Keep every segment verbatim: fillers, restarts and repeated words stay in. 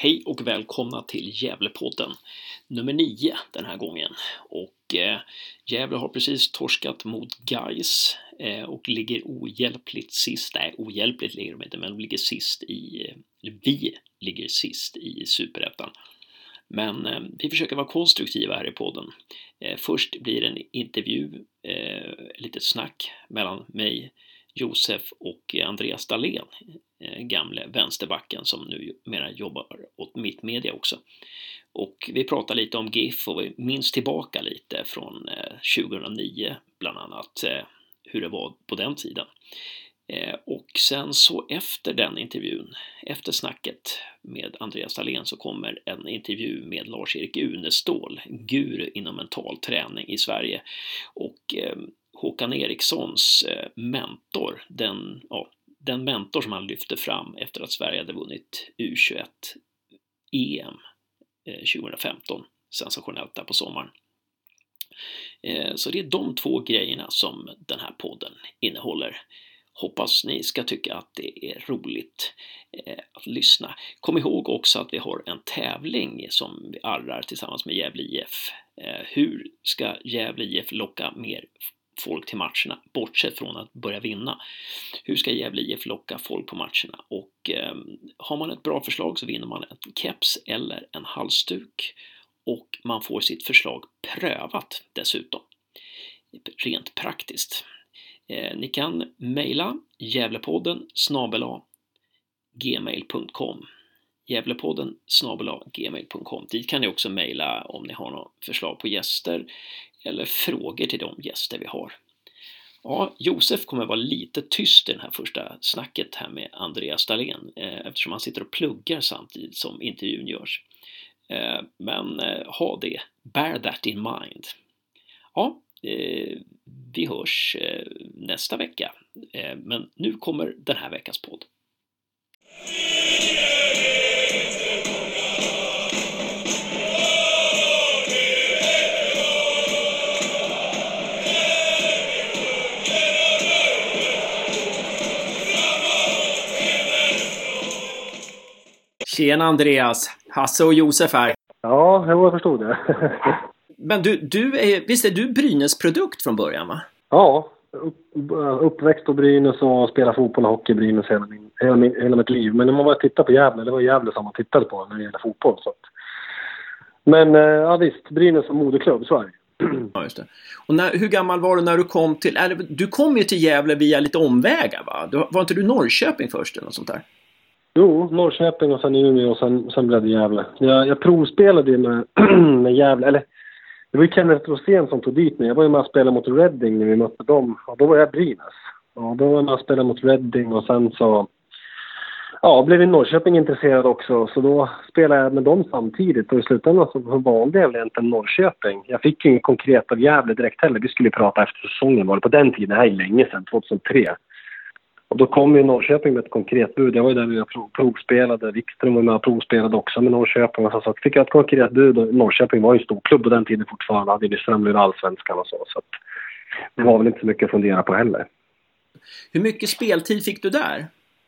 Hej och välkomna till Gävlepodden nummer nio den här gången. Och eh, Gävle har precis torskat mot Gais eh, och ligger ohjälpligt sist. Nej, ohjälpligt ligger de inte, men de ligger sist i, eller vi ligger sist i Superettan. Men eh, vi försöker vara konstruktiva här i podden. Eh, först blir en intervju, eh, lite snack mellan mig, Josef och Andreas Dahlén, gamle vänsterbacken som nu mera jobbar åt Mittmedia också. Och vi pratar lite om GIF och vi minns tillbaka lite från tjugohundranio bland annat, hur det var på den tiden. Och sen så efter den intervjun, efter snacket med Andreas Dahlén, så kommer en intervju med Lars-Erik Unestål, guru inom mental träning i Sverige, och Håkan Erikssons mentor, den, ja, den mentor som han lyfte fram efter att Sverige hade vunnit U tjugoett E M tjugohundrafemton, sensationellt där på sommaren. Så det är de två grejerna som den här podden innehåller. Hoppas ni ska tycka att det är roligt att lyssna. Kom ihåg också att vi har en tävling som vi arrar tillsammans med Gävle I F. Hur ska Gävle I F locka mer folk till matcherna, bortsett från att börja vinna? Hur ska Gävle I F locka folk på matcherna? Och eh, har man ett bra förslag så vinner man en keps eller en halsduk, och man får sitt förslag prövat dessutom, rent praktiskt. Eh, ni kan mejla gävlepodden snabel-a gmail punkt com, gävlepodden snabel-a gmail punkt com. Dit kan ni också mejla om ni har några förslag på gäster eller frågor till de gäster vi har. Ja, Josef kommer vara lite tyst i den här första snacket här med Andreas Dahlén, eh, eftersom han sitter och pluggar samtidigt som intervjun görs. Eh, men eh, ha det, bear that in mind. Ja, eh, vi hörs eh, nästa vecka. Eh, men nu kommer den här veckans podd. Tjena Andreas, Hasse och Josef här. Ja, jag förstod det. Men du, du är, visst är du Brynäs produkt från början, va? Ja, upp, uppväxt på Brynäs och spelat fotboll och hockey i Brynäs hela, min, hela, min, hela mitt liv. Men när man var tittar på Gävle, det var Gävle som man tittade på när det gäller fotboll. Så att. Men ja visst, Brynäs som moderklubb, så är det. Ja, just det. Och när, hur gammal var du när du kom till, eller, du kom ju till Gävle via lite omvägar, va? Du, var inte du Norrköping först eller något sånt där? Jo, Norrköping och sen Umeå och sen, sen blev det Gävle. Jag, jag provspelade ju med, med Gävle, eller det var ju Kenneth Rosén som tog dit mig. Jag var ju med att spela mot Reading när vi mötte dem, och då var jag Brynäs. Och då var jag med att spela mot Reading och sen så ja, blev vi Norrköping intresserad också. Så då spelade jag med dem samtidigt, och i slutändan så valde jag egentligen Norrköping. Jag fick ju inget konkret av Gävle direkt heller. Vi skulle prata efter säsongen, var det på den tiden, det här är länge sedan, tjugohundratre. Och då kom ju Norrköping med ett konkret bud. Jag var ju där vi prov, provspelade. Wikström var med och provspelade också med Norrköping. Och så, så fick jag ett konkret bud. Och Norrköping var ju en stor klubb på den tiden fortfarande. Hade ju Strömlund allsvenskan och så. Så att det var väl inte så mycket att fundera på heller. Hur mycket speltid fick du där?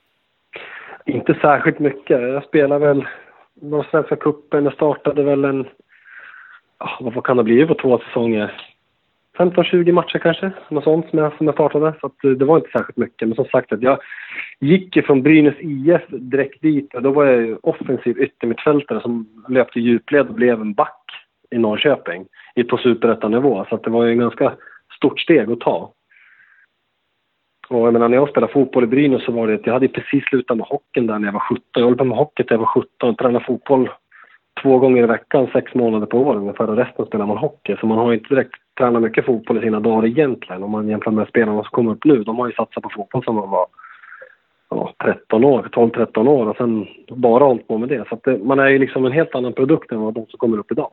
Inte särskilt mycket. Jag spelade väl den svenska kuppen. Jag startade väl en... Oh, vad kan det bli på två säsonger? femton tjugo matcher kanske, något sånt som jag, som jag startade. Så att det var inte särskilt mycket. Men som sagt, att jag gick från Brynäs I F direkt dit. Och då var jag ju offensiv yttermittfältare som löpte djupled och blev en back i Norrköping på superettanivå. Så att det var ju en ganska stort steg att ta. Och jag menar, när jag spelade fotboll i Brynäs så var det att jag hade precis slutat med hockeyn där när jag var sjutton. Jag höll på med hockey till jag var sjutton och tränade fotboll två gånger i veckan, sex månader på år ungefär, och resten spelar man hockey. Så man har inte direkt tränat mycket fotboll i sina dagar egentligen. Om man jämför med spelarna som kommer upp nu, de har ju satsat på fotboll som man var ja, tretton år, tolv tretton år, och sen bara hållit på med det. Så att det, man är ju liksom en helt annan produkt än vad de som kommer upp idag.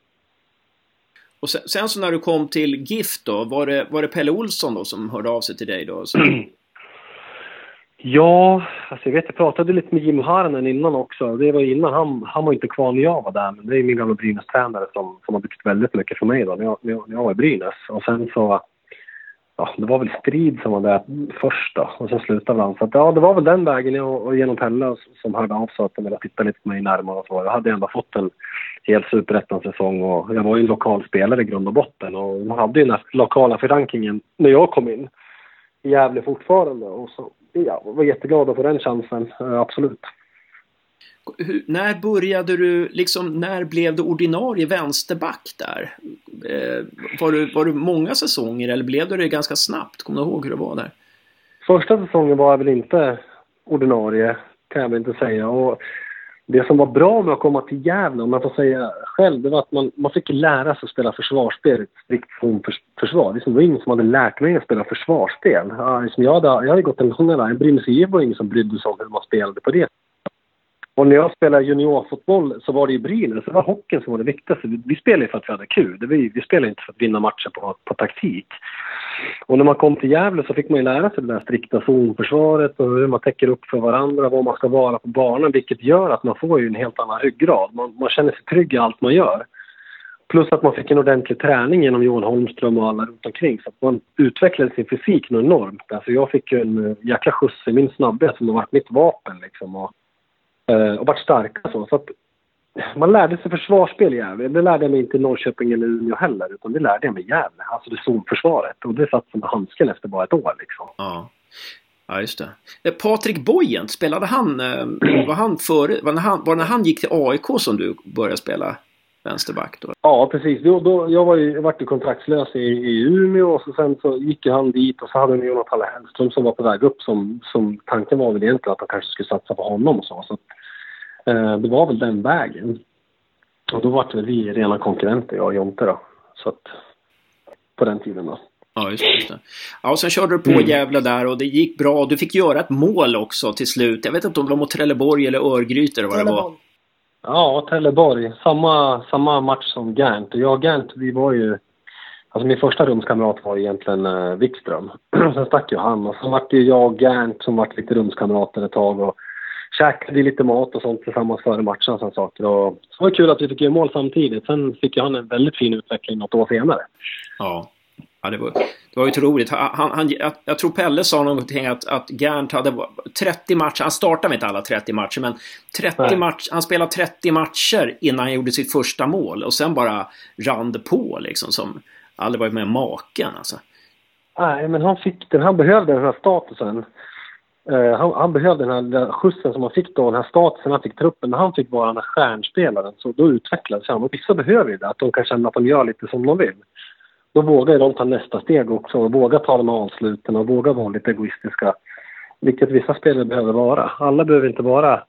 Och sen, sen så när du kom till GIF då, var det, var det Pelle Olsson då som hörde av sig till dig då? Så... Ja, alltså jag vet, jag pratade lite med Jim Harnen innan också. Det var innan, han, han var inte kvar när jag var där. Men det är min gamla Brynäs-tränare som, som har betytt väldigt mycket för mig då, när jag, när jag, när jag var i Brynäs. Och sen så, ja, det var väl Strid som var där först då, och så slutade han. Så att, ja, det var väl den vägen jag, och genom Pelle som hörde av sig att de ville titta lite på mig närmare och så. Jag hade ändå fått en helt superettan-säsong och jag var ju en lokal spelare i grund och botten och man hade ju den här lokala förankringen när jag kom in i Gävle fortfarande och så ja, var jätteglad att få den chansen, absolut. Hur, när började du, liksom, när blev du ordinarie vänsterback där? Eh, var, du, var du många säsonger eller blev du det ganska snabbt? Kommer du ihåg hur det var där? Första säsongen var jag väl inte ordinarie, kan jag väl inte säga. Och det som var bra med att komma till Gävle, om man får säga själv, det var att man, man fick lära sig att spela försvarsspel, ett strikt försvar. Det var ingen som hade lärt mig att spela försvarsspel. Ja, liksom jag, hade, jag hade gått en lång väg, Brynäs I F var ingen som brydde sig om hur man spelade på det. Och när jag spelade juniorfotboll så var det i Brynäs, så det var hockeyn som var det viktigaste. Vi, vi spelade för att vi hade kul, det vi, vi spelade inte för att vinna matcher på, på taktik. Och när man kom till Gävle så fick man ju lära sig det där strikta zonförsvaret och hur man täcker upp för varandra, vad man ska vara på banan, vilket gör att man får ju en helt annan ryggrad. Man, man känner sig trygg i allt man gör. Plus att man fick en ordentlig träning genom Johan Holmström och alla runt omkring. Så att man utvecklade sin fysik något enormt. Alltså jag fick ju en jäkla skjuts i min snabbhet som har varit mitt vapen liksom. Och, och varit starka så. Så att man lärde sig försvarsspel i Gävle. Det lärde jag mig inte i Norrköping eller Umeå heller. Utan det lärde jag mig i Gävle. Alltså det zonförsvaret. Och det satt som handsken efter bara ett år liksom. Ja. Ja, just det. Patrik Boyent, spelade han, var han före, var när han, var när han gick till A I K som du började spela vänsterback då? Ja, precis. Då, då, jag var ju, jag var ju kontraktslös i, i Umeå och så sen så gick han dit och så hade vi Jonathan Hellström som var på väg upp som, som tanken var väl egentligen att han kanske skulle satsa på honom och så. Så eh, det var väl den vägen. Och då var det vi rena konkurrenter, jag och Jonte då. Så att på den tiden då. Ja, just det, just det. Ja, och sen körde du på mm. Gävle där och det gick bra. Du fick göra ett mål också till slut. Jag vet inte om det var mot Trelleborg eller Örgryte eller vad det var. Ja, Trelleborg. Samma, samma match som Gant. Jag och Gant, vi var ju... Alltså min första rumskamrat var egentligen uh, Wikström. Sen stack ju han. Och så var det jag och Gant som var lite rumskamrater ett tag. Och käkade lite mat och sånt tillsammans före matchen och sånt saker. Och så var det kul att vi fick göra mål samtidigt. Sen fick ju han en väldigt fin utveckling något år senare. Ja. Ja, det var, det var ju otroligt. Han, han, jag, jag tror Pelle sa någonting att, att Gant hade trettio matcher. Han startade med inte alla trettio matcher, men trettio match, han spelade trettio matcher innan han gjorde sitt första mål. Och sen bara rann det på liksom, som aldrig varit med maken. Alltså. Nej, men han fick den. Han behövde den här statusen. Uh, han, han behövde den här, den här skjutsen som han fick då. Den här statusen han fick truppen. När han fick vara den här stjärnspelaren så då utvecklades han. Och vissa behöver ju det. Att de kan känna att de gör lite som de vill. Då vågar de ta nästa steg också och våga ta de avsluten och våga vara lite egoistiska. Vilket vissa spelare behöver vara. Alla behöver inte vara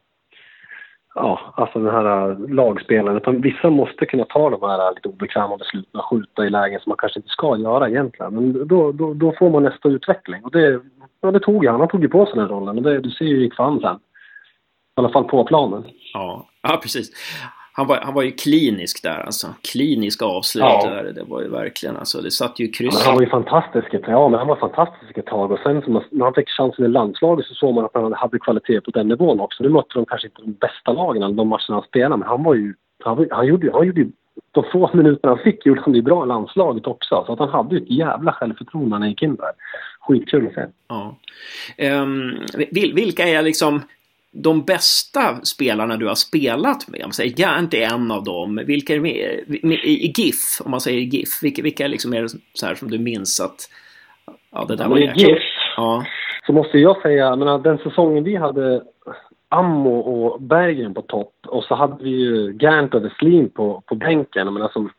ja, alltså den här lagspelaren. Utan vissa måste kunna ta de här lite obekväma besluten och skjuta i lägen som man kanske inte ska göra egentligen. Men då, då, då får man nästa utveckling. Och det, ja, det tog han. Han tog ju på sig den rollen. Och det, du ser ju gick fan sen. I alla fall på planen. Ja, ja precis. Han var, han var ju klinisk där alltså. Kliniska avslut ja. där. Det var ju verkligen alltså. Det satt ju kryss. Men han var ju fantastisk ett tag. Ja, men han var fantastisk ett tag. Och sen så, när han fick chansen i landslaget så såg man att han hade kvalitet på den nivån också. Nu mötte de kanske inte de bästa lagen de matcherna han spelade. Men han var ju... Han, var, han gjorde ju... Han gjorde ju de få minuter han fick gjorde han ju bra i landslaget också. Så att han hade ju ett jävla självförtroende när han gick in där. Skitkul att se. Ja. Um, vilka är liksom... de bästa spelarna du har spelat med, om man säger Gant är en av dem, vilka är med, med i GIF, om man säger GIF, vilka, vilka liksom är det så här som du minns att ja, det där var jäkla... GIF, ja. Så måste jag säga, jag menar, den säsongen vi hade Ammo och Bergen på topp och så hade vi ju Gant och Westlin på, på bänken, jag menar, som,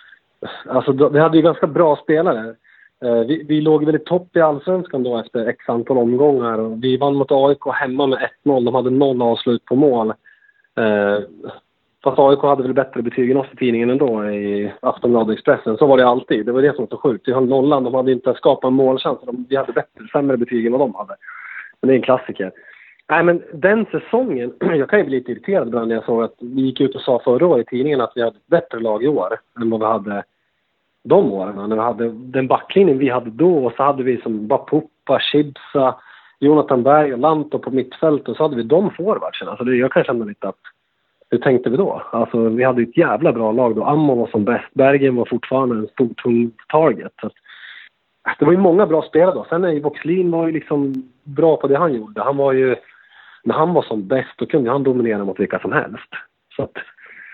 alltså vi hade ju ganska bra spelare. Vi, vi låg väldigt topp i allsvenskan då efter x antal omgångar och vi vann mot A I K hemma med ett noll. De hade noll avslut på mål. Eh, fast A I K hade väl bättre betyg än oss i tidningen ändå i Aftonbladet Expressen. Så var det alltid. Det var det som var så sjukt. Vi hade nollan. De hade inte skapat en målchans. De, vi hade bättre, sämre betyg än vad de hade. Men det är en klassiker. Nej, men den säsongen, jag kan ju bli lite irriterad ibland när jag såg att vi gick ut och sa förra året i tidningen att vi hade ett bättre lag i år än vad vi hade de åren, när vi hade den backlinjen vi hade då och så hade vi som Bapuppa, Chibsa, Jonathan Berg och Lanto på mittfält och så hade vi de forwardsen. Alltså det, jag kan känna lite att, hur tänkte vi då? Alltså vi hade ett jävla bra lag då. Ammo var som bäst, Bergen var fortfarande en stor tung target. Så att, det var ju många bra spelare då. Sen är ju Voxlin var ju liksom bra på det han gjorde. Han var ju, när han var som bäst, då kunde han dominera mot vilka som helst. Så att,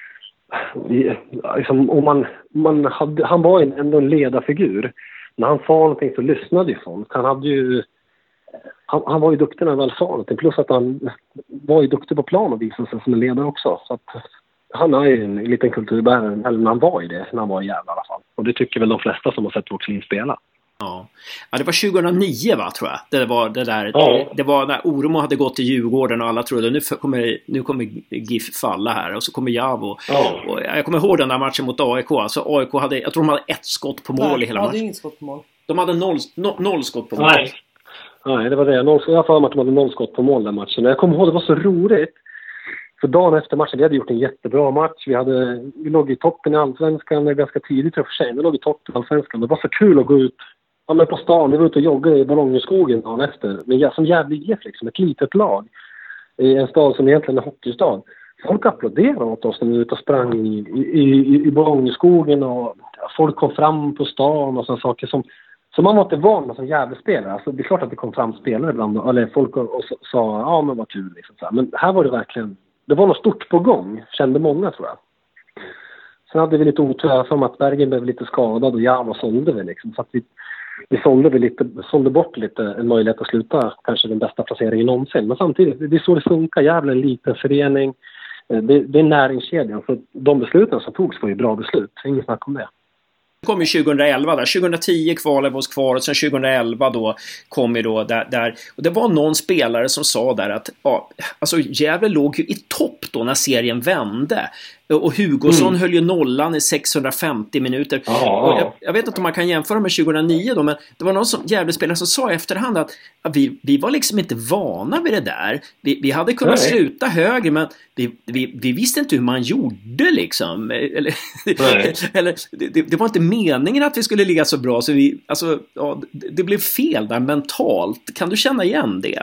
liksom, om man, man hade, han var ju ändå en ledarfigur. När han sa någonting så lyssnade ju folk. Han hade ju, han, han var ju duktig när han väl sa någonting. Plus att han var ju duktig på plan och visade sig som en ledare också. Så att, han är ju en liten kulturbärare, eller när han var i det, när han var i Gävle i alla fall. Och det tycker väl de flesta som har sett Voxlin spela. Ja. Ja, det var tjugohundranio va, tror jag. Det var det där, ja. det var när Oromo hade gått till Djurgården och alla trodde nu kommer, nu kommer GIF falla här och så kommer Javo. Ja. Och jag kommer ihåg den där matchen mot A I K. Alltså A I K hade, jag tror de hade ett skott på mål. Nej, i hela matchen. De hade inget skott på mål. De hade noll, no, noll skott på mål. Nej. Nej, det var det. Noll, jag har för mig att de hade noll skott på mål den matchen. Jag kommer ihåg, det var så roligt. För dagen efter matchen, vi hade gjort en jättebra match. Vi, hade, vi låg i toppen i Allsvenskan ganska tidigt för sig. Vi låg i toppen i Allsvenskan. Det var så kul att gå ut, ja, men på stan. Vi var ute och joggade i Ballongerskogen dagen efter. Men som jävla I F, liksom, ett litet lag. I en stad som egentligen är hockeystad. Folk applåderade åt oss när vi var ute och sprang i, i, i, i Ballongerskogen. Och folk kom fram på stan och sådana saker som... Så man var inte van med som jävla spelare. Alltså, det är klart att det kom fram spelare ibland. Eller folk och, och sa, ja men vad kul. Liksom, så här. Men här var det verkligen... Det var något stort på gång, kände många tror jag. Sen hade vi lite otur som att Bergen blev lite skadad och Java sålde vi liksom. Så att vi, vi sålde, vi lite, sålde bort lite en möjlighet att sluta kanske den bästa placeringen någonsin. Men samtidigt, det är så det funkar. Jävla en liten förening. Det, det är näringskedjan. Så de besluten som togs var ju bra beslut. Inget snack om det. Det kom ju tjugohundraelva där. tjugohundratio kvalade vi oss kvar och sen tjugohundraelva då kom ju då där, där. Och det var någon spelare som sa där att ja, alltså Gävle låg ju i topp då när serien vände. Och Hugosson mm. höll ju nollan i sexhundrafemtio minuter. Ja. Och jag, jag vet inte om man kan jämföra med tjugohundranio då, men det var någon som, Gävle-spelare som sa i efterhand att ja, vi, vi var liksom inte vana vid det där. Vi, vi hade kunnat Nej. sluta högre, men vi, vi, vi visste inte hur man gjorde liksom. Eller, eller det, det var inte meningen att vi skulle ligga så bra, så vi, alltså, ja, det, det blev fel där mentalt. Kan du känna igen det?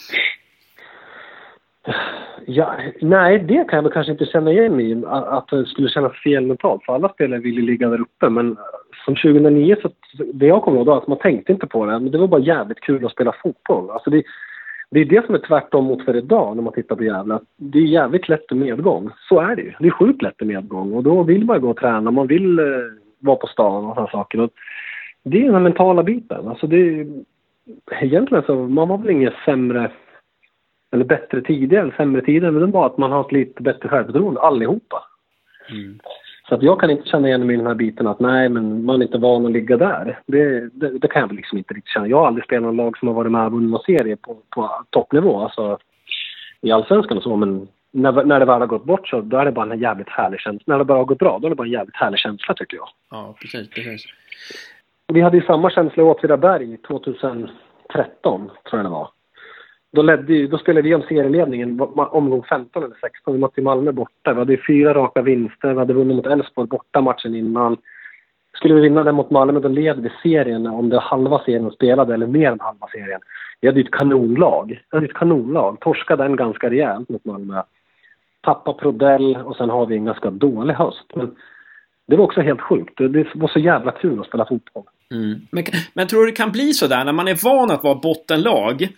Ja, nej, det kan jag väl kanske inte känna igen i, att det skulle kännas fel mentalt. För alla spelare ville ligga där uppe, men som tjugohundranio, så det jag kommer ihåg då, att man tänkte inte på det, men det var bara jävligt kul att spela fotboll. Alltså det, det är det som är tvärtom mot för idag när man tittar på Gävle. Det är jävligt lätt att medgång. Så är det ju. Det är sjukt lätt att medgång, och då vill man gå och träna, man vill eh, vara på stan och sådana saker. Och det är den mentala biten. Alltså det är, egentligen så, man var väl inget sämre eller bättre tidigare eller sämre tidigare, men det var att man har ett lite bättre självförtroende allihopa. Mm. Så att jag kan inte känna igen mig i den här biten att nej, men man är inte van att ligga där. Det, det, det kan jag väl liksom inte riktigt känna. Jag har aldrig spelat någon lag som har varit med och vunnit någon serie på, på toppnivå, alltså i Allsvenskan och så, men när, när det väl har gått bort så då är det bara en jävligt härlig känsla. När det bara har gått bra, då är det bara en jävligt härlig känsla, tycker jag. Ja, precis, precis. Vi hade ju samma känsla i Åtvidaberg tjugohundratretton, tror jag det var. Då, ledde, då spelade vi om serieledningen omgång femton eller sexton. Vi mötte Malmö borta. Vi hade fyra raka vinster. Vi hade vunnit mot Elfsborg borta matchen innan. Skulle vi vinna den mot Malmö, då led vi serien om det halva serien spelade eller mer än halva serien. Vi hade ett kanonlag. Vi hade ett kanonlag. Torskade den ganska rejält mot Malmö. Tappa Prodell och sen har vi en ganska dålig höst. Men det var också helt sjukt. Det var så jävla kul att spela fotboll. Mm. Men, men tror du det kan bli så där när man är van att vara bottenlag?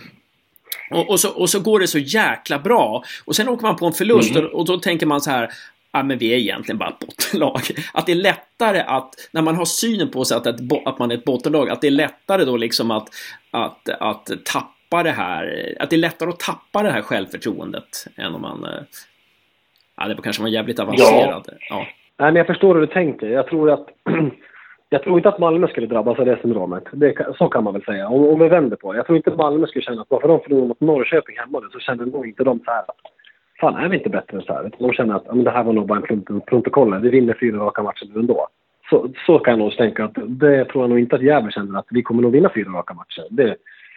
Och, och, så, och så går det så jäkla bra. Och sen åker man på en förlust mm. och, och då tänker man så här, ja men vi är egentligen bara ett bottenlag. Att det är lättare att, när man har synen på sig att, ett, att man är ett bottenlag, att det är lättare då liksom att, att, att tappa det här, att det är lättare att tappa det här självförtroendet än om man, ja det var kanske var jävligt avancerad. Ja. Ja. Nej, men jag förstår hur du tänker. Jag tror att Jag tror inte att Malmö skulle drabbas av det syndromet. Det, så kan man väl säga. Om, om vi vänder på det. Jag tror inte att Malmö skulle känna att varför de förlorar mot Norrköping hemma så känner nog inte de så här. Fan, är vi inte bättre än så här? De känner att ja, men det här var nog bara en plump, protokoll. Vi vinner fyra raka matcher nu ändå. Så, så kan jag nog tänka att det tror jag nog inte att Gävle känner, att vi kommer nog vinna fyra raka matcher. Det,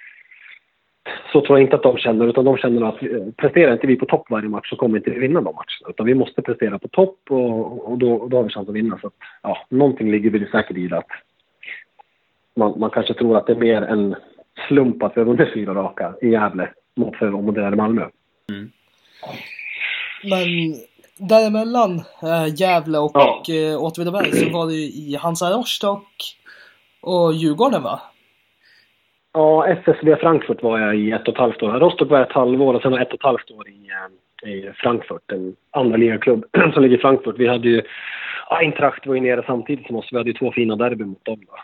så tror jag inte att de känner, utan de känner att presterar inte vi på topp varje match så kommer inte vi vinna de matcherna. Utan vi måste prestera på topp och, och, då, och då har vi chans att vinna. Så att, ja, någonting ligger väl säkert i det att man, man kanske tror att det är mer en slump att vi har vunnit fyra raka i Gävle mot för ommoderade Malmö. Mm. Men däremellan äh, Gävle och ja. äh, Åtvidaberg så var det i Hansa Rostock och Djurgården, va? Ja, S S V Frankfurt var jag i ett och ett halvt år. Rostock var ett halvår och sen var ett och ett halvt år i, i Frankfurt, en andra ligaklubb som ligger i Frankfurt. Vi hade ju, Eintracht var ju nere samtidigt som oss. Vi hade ju två fina derby mot dem då.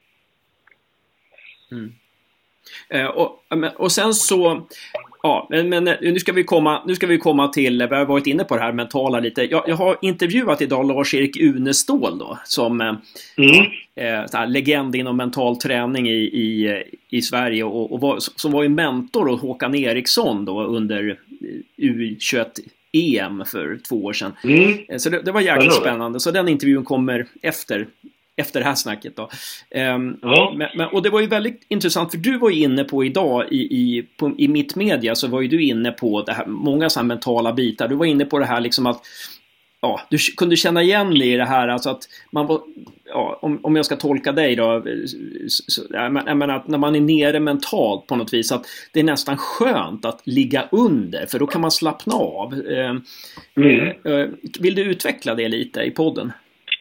Mm. Eh, och, och sen så ja, men, men nu ska vi komma nu ska vi komma till, vi har varit inne på det här mentala lite. Jag, jag har intervjuat idag Lars-Erik Unestål då, som mm. eh, så här, legend inom mental träning i, i, i Sverige och, och var, som var ju mentor åt Håkan Eriksson då under U tjugoett E M för två år sedan. Mm. Så det, det var jäkligt spännande. Så den intervjun kommer efter efter det här snacket då. Um, ja. men, men, och det var ju väldigt intressant, för du var ju inne på idag i, i, på, i mitt media, så var ju du inne på det här, många sådana mentala bitar. Du var inne på det här liksom att ja, du kunde känna igen i det här, alltså att man var, ja, om, om jag ska tolka dig då, så, jag menar att när man är nere mentalt på något vis, att det är nästan skönt att ligga under, för då kan man slappna av. Um, mm. uh, vill du utveckla det lite i podden?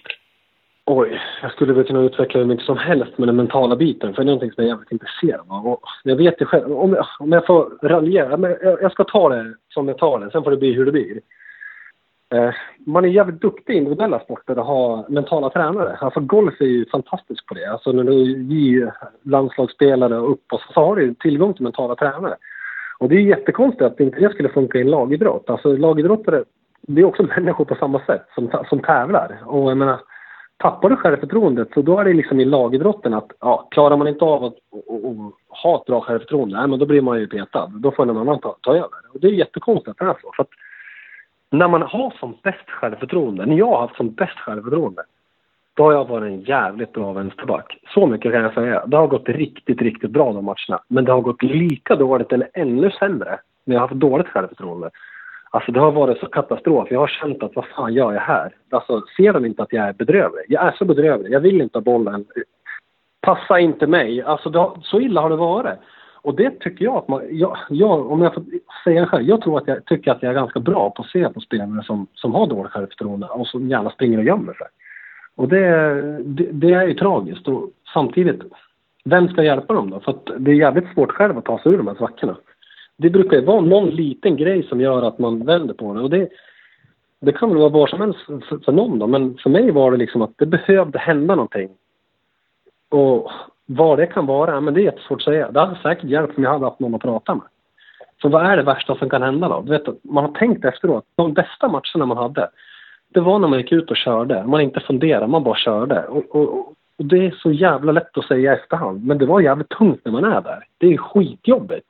Oj, jag skulle väl kunna utveckla hur mycket som helst med den mentala biten, för det är någonting som jag är jävligt intresserad av. Och jag vet det själv, om jag, om jag får raljera, men jag, jag ska ta det som jag tar det, sen får det bli hur det blir. Eh, man är jävligt duktig i individuella sporter att ha mentala tränare. Alltså golf är ju fantastiskt på det. Alltså när du ger landslagsspelare upp och så, så har du tillgång till mentala tränare. Och det är jättekonstigt att inte det skulle funka i en lagidrott. Alltså lagidrottare, det är också människor på samma sätt som, som tävlar. Och jag menar, tappar du självförtroendet, så då är det liksom i lagidrotten att ja, klarar man inte av att och, och, och ha ett bra självförtroende, nej, men då blir man ju petad. Då får någon annan ta, ta över. Och det är jättekonstigt att det är så. För att när man har som bäst självförtroende, när jag har haft som bäst självförtroende, då har jag varit en jävligt bra vänsterback. Så mycket kan jag säga. Det har gått riktigt, riktigt bra de matcherna. Men det har gått lika dåligt eller ännu sämre när jag har haft dåligt självförtroende. Alltså det har varit så katastrof. Jag har känt att vad fan gör jag här? Alltså ser de inte att jag är bedrövlig? Jag är så bedrövlig. Jag vill inte ha bollen. Passa inte mig. Alltså det har, så illa har det varit. Och det tycker jag att man... Jag, jag, om jag får säga själv. Jag tror att jag tycker att jag är ganska bra på att se på spelare som, som har dåligt självförtroende och som gärna springer och gömmer sig. Och det, det, det är ju tragiskt. Och samtidigt, vem ska hjälpa dem då? För att det är jävligt svårt själv att ta sig ur de här svackorna. Det brukar ju vara någon liten grej som gör att man vänder på det. Och det, det kan väl vara var som helst för, för någon då. Men för mig var det liksom att det behövde hända någonting. Och vad det kan vara, men det är jättesvårt att säga. Det hade säkert hjälpt om jag hade haft någon att prata med. Så vad är det värsta som kan hända då? Du vet, man har tänkt efteråt. De bästa matcherna man hade, det var när man gick ut och körde. Man inte funderade, man bara körde. Och, och, och det är så jävla lätt att säga i efterhand. Men det var jävligt tungt när man är där. Det är skitjobbigt.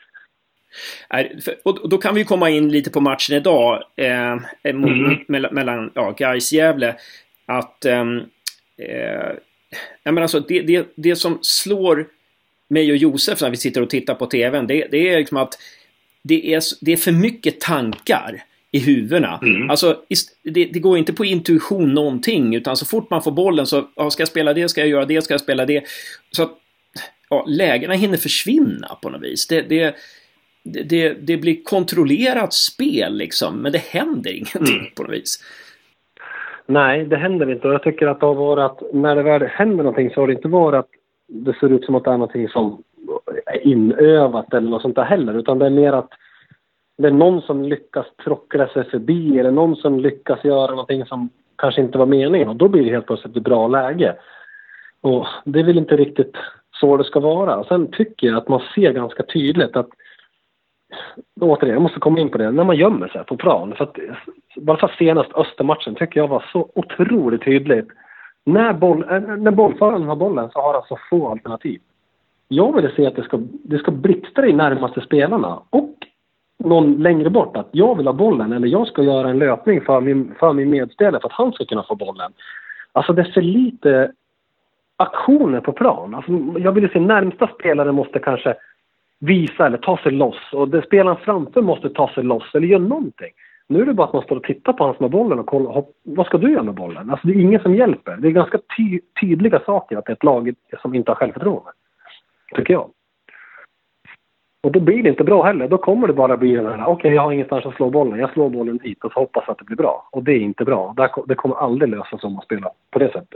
Och då kan vi komma in lite på matchen idag eh, mm. mellan ja, Gais Gävle, att eh, jag menar alltså, det, det, det som slår mig och Josef när vi sitter och tittar på tvn, det, det är liksom att det är, det är för mycket tankar i huvudena. Mm. Alltså det, det går inte på intuition någonting, utan så fort man får bollen så ja, ska jag spela det, ska jag göra det, ska jag spela det, så att ja, lägena hinner försvinna på något vis. Det, det Det, det blir kontrollerat spel liksom, men det händer ingenting mm. på något vis. Nej, det händer inte. Och jag tycker att det har varit att när det väl händer någonting så har det inte varit att det ser ut som att det är någonting som är inövat eller något sånt där heller. Utan det är mer att det är någon som lyckas tråckla sig förbi eller någon som lyckas göra någonting som kanske inte var meningen. Och då blir det helt plötsligt ett bra läge. Och det är väl inte riktigt så det ska vara. Sen tycker jag att man ser ganska tydligt att återigen, jag måste komma in på det. När man gömmer sig på plan. För att, bara för senast Östermatchen tycker jag var så otroligt tydligt. När, boll, när bollföraren har bollen så har han så få alternativ. Jag vill se att det ska, det ska blixtra i närmaste spelarna. Och någon längre bort att jag vill ha bollen. Eller jag ska göra en löpning för min, för min medspelare för att han ska kunna få bollen. Alltså det är för lite aktioner på plan. Alltså, jag vill se närmsta spelare måste kanske visa eller ta sig loss. Och det spelaren framför måste ta sig loss eller göra någonting. Nu är det bara att man står och tittar på hans med bollen och kollar, hopp, vad ska du göra med bollen? Alltså det är ingen som hjälper. Det är ganska ty- tydliga saker att det är ett lag som inte har självförtroende. Tycker jag. Och då blir det inte bra heller. Då kommer det bara bli den här, okej okay, jag har ingenstans att slå bollen. Jag slår bollen dit och så hoppas att det blir bra. Och det är inte bra. Det kommer aldrig lösas om man spelar på det sättet.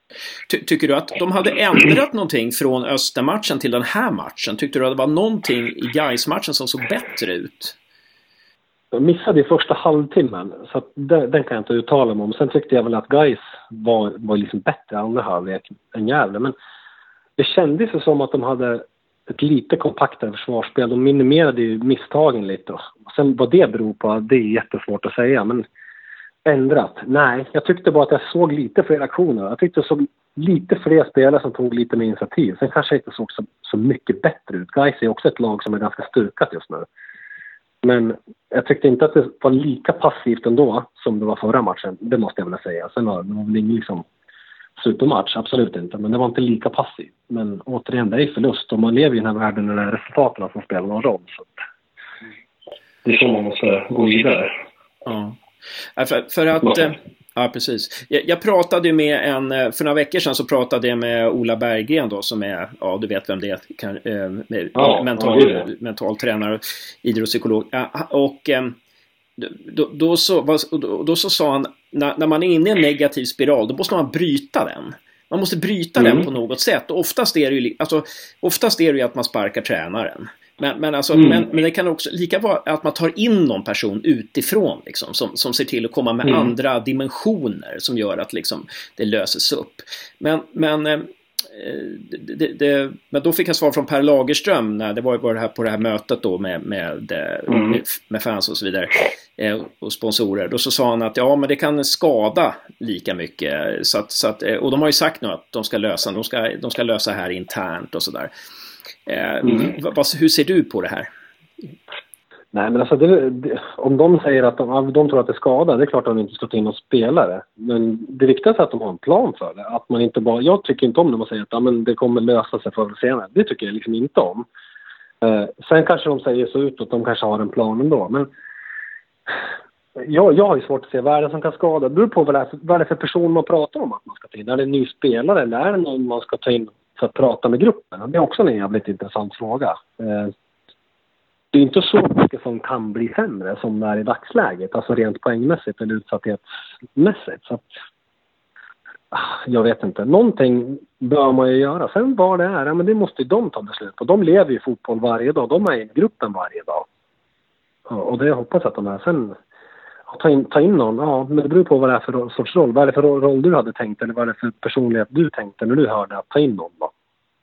Ty- tycker du att de hade ändrat någonting från Östermatchen till den här matchen? Tyckte du att det var någonting i Gais-matchen som såg bättre ut? Jag missade i första halvtimmen, så att den, den kan jag inte uttala mig om. Sen tyckte jag väl att Gais var, var liksom bättre andra halvlek än Gävle. Men det kändes ju som att de hade ett lite kompaktare försvarsspel. De minimerade ju misstagen lite. Och sen vad det beror på, det är jättesvårt att säga. Men ändrat? Nej, jag tyckte bara att jag såg lite fler aktioner. Jag tyckte jag såg lite fler spelare som tog lite mer initiativ. Sen kanske jag inte såg så, så mycket bättre ut. Gais är också ett lag som är ganska styrkat just nu. Men jag tyckte inte att det var lika passivt ändå som det var förra matchen. Det måste jag väl säga. Sen var det väl ingen liksom supermatch, absolut inte. Men det var inte lika passivt. Men återigen, det är förlust. Och man lever i den här världen när det är resultaten som spelar någon roll. Så det är så man måste gå vidare. Ja. För, för att... Ja. Ja, precis. Jag, jag pratade med en, för några veckor sedan så pratade jag med Ola Berggren då, som är, ja du vet vem det är, kan, äh, ja, mental, ja, mental tränare, idrottspsykolog. Ja, och äh, då, då, så, då, då så sa han, när, när man är inne i en negativ spiral, då måste man bryta den. Man måste bryta mm. den på något sätt. Och oftast är det ju, alltså, oftast är det ju att man sparkar tränaren. Men, men, alltså, mm. men, men det kan också lika vara att man tar in någon person utifrån liksom, som, som ser till att komma med mm. andra dimensioner som gör att liksom, det löses upp. Men, men, eh, det, det, men då fick jag svar från Per Lagerström när det var, var det här, på det här mötet då med, med, mm. med fans och så vidare eh, och sponsorer. Då så sa han att ja, men det kan skada lika mycket. Så att, så att, och de har ju sagt nu att de ska lösa, de ska, de ska lösa här internt och sådär. Mm. Hur ser du på det här? Nej, men alltså det, det, om de säger att de, de tror att det skadar, det är klart att de inte ska ta in någon spelare. Men det viktigaste är att de har en plan för det. Att man inte bara, jag tycker inte om när man säger att ja, men det kommer lösa sig förr eller senare. Det tycker jag liksom inte om. Eh, sen kanske de säger så ut att de kanske har en plan ändå. Men jag, jag har ju svårt att se vad är det som kan skada. Det beror på vad det är för, vad är det för person man pratar om att man ska ta in. Är det en ny spelare eller är det någon man ska ta in för att prata med gruppen? Det är också en jävligt intressant fråga. Eh, det är inte så mycket som kan bli sämre som det är i dagsläget. Alltså rent poängmässigt eller utsatthetsmässigt. Så att, jag vet inte. Någonting bör man ju göra. Sen vad det är, ja, men det måste ju de ta beslut på. De lever ju fotboll varje dag. De är i gruppen varje dag. Ja, och det hoppas jag att de är. Sen ta in, ta in någon, ja, men det beror på vad det är för sorts roll. Vad är det för roll du hade tänkt eller vad är det för personlighet du tänkte när du hörde att ta in någon då?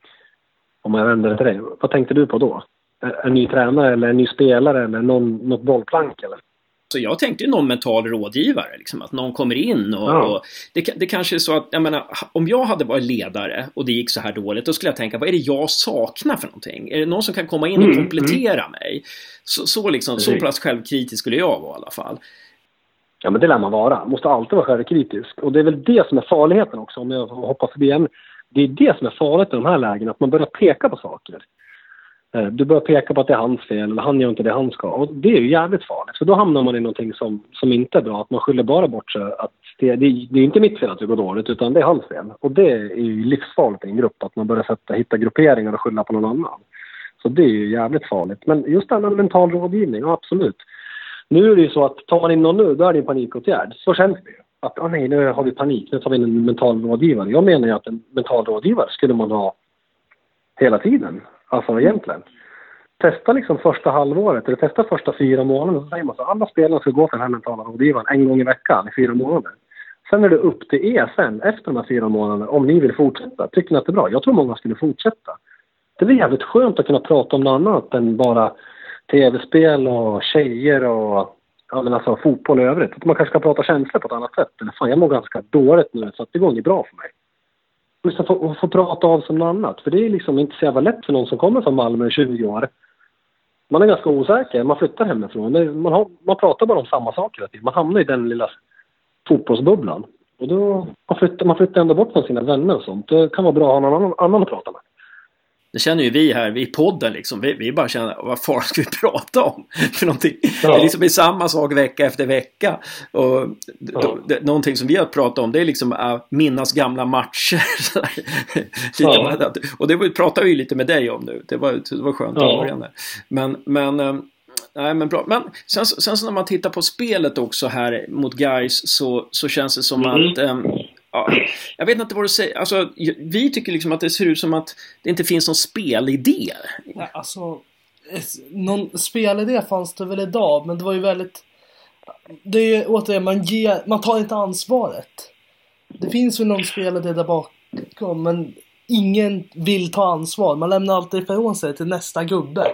Om jag vänder till dig, vad tänkte du på då? En ny tränare eller en ny spelare eller någon, något bollplank eller? Så jag tänkte ju någon mental rådgivare liksom, att någon kommer in och, ja. och det, det kanske är så att, jag menar, om jag hade varit ledare och det gick så här dåligt, då skulle jag tänka, vad är det jag saknar för någonting? Är det någon som kan komma in och mm, komplettera mm. mig? Så, så liksom, så pass självkritisk skulle jag vara i alla fall. Ja, men det lär man vara. Man måste alltid vara självkritisk. Och det är väl det som är farligheten också, om jag hoppar förbi en. Det är det som är farligt i de här lägena, att man börjar peka på saker. Du börjar peka på att det är hans fel eller han gör inte det han ska. Och det är ju jävligt farligt. För då hamnar man i någonting som, som inte är bra. Att man skyller bara bort sig. Att det, det, det är inte mitt fel att det går dåligt utan det är hans fel. Och det är ju livsfarligt i en grupp. Att man börjar sätta, hitta grupperingar och skylla på någon annan. Så det är ju jävligt farligt. Men just den här mental rådgivning, ja, absolut. Nu är det ju så att tar man in någon nu, då är det en panikåtgärd. Så känns det ju. Att ah, nej, nu har vi panik. Nu tar vi in en mental rådgivare. Jag menar ju att en mental rådgivare skulle man ha hela tiden. Alltså egentligen. Testa liksom första halvåret eller testa första fyra månader, så säger man så alla spelare ska gå till den här mentala rådgivaren en gång i veckan i fyra månader. Sen är det upp till er sen efter de här fyra månaderna om ni vill fortsätta. Tycker ni att det är bra? Jag tror många skulle fortsätta. Det är jävligt skönt att kunna prata om något annat än bara tv-spel och tjejer och ja, men alltså, fotboll i övrigt. Att man kanske ska prata känslor på ett annat sätt. Eller fan, jag mår ganska dåligt nu så att det går inte bra för mig. Just att få, få prata av som något annat. För det är liksom inte så jävla lätt för någon som kommer från Malmö i tjugo år. Man är ganska osäker. Man flyttar hemifrån. Man, har, man pratar bara om samma saker. Man hamnar i den lilla fotbollsbubblan. Och då man flyttar man flyttar ändå bort från sina vänner och sånt. Det kan vara bra att ha någon annan, annan att prata med. Det känner ju vi här, vi i podden liksom, vi, vi bara känner, vad fan ska vi prata om för någonting? Ja. Det är liksom samma sak vecka efter vecka. Och ja. då, det, någonting som vi har pratat om, det är liksom uh, minnas gamla matcher. Ja. Och det pratar vi ju lite med dig om nu. Det var, det var skönt ja. att börja där. Men, men, um, nej, men bra. Men sen, sen så när man tittar på spelet också här mot Gais så, så känns det som mm. att um, ja, jag vet inte vad du säger. Alltså, vi tycker liksom att det ser ut som att det inte finns någon spelidé. Ja, alltså, någon spelidé fanns det väl idag, men det var ju väldigt... Det är ju återigen, man, ger, man tar inte ansvaret. Det finns ju någon spelidé där bakom, men ingen vill ta ansvar. Man lämnar alltid ifrån sig till nästa gubbe.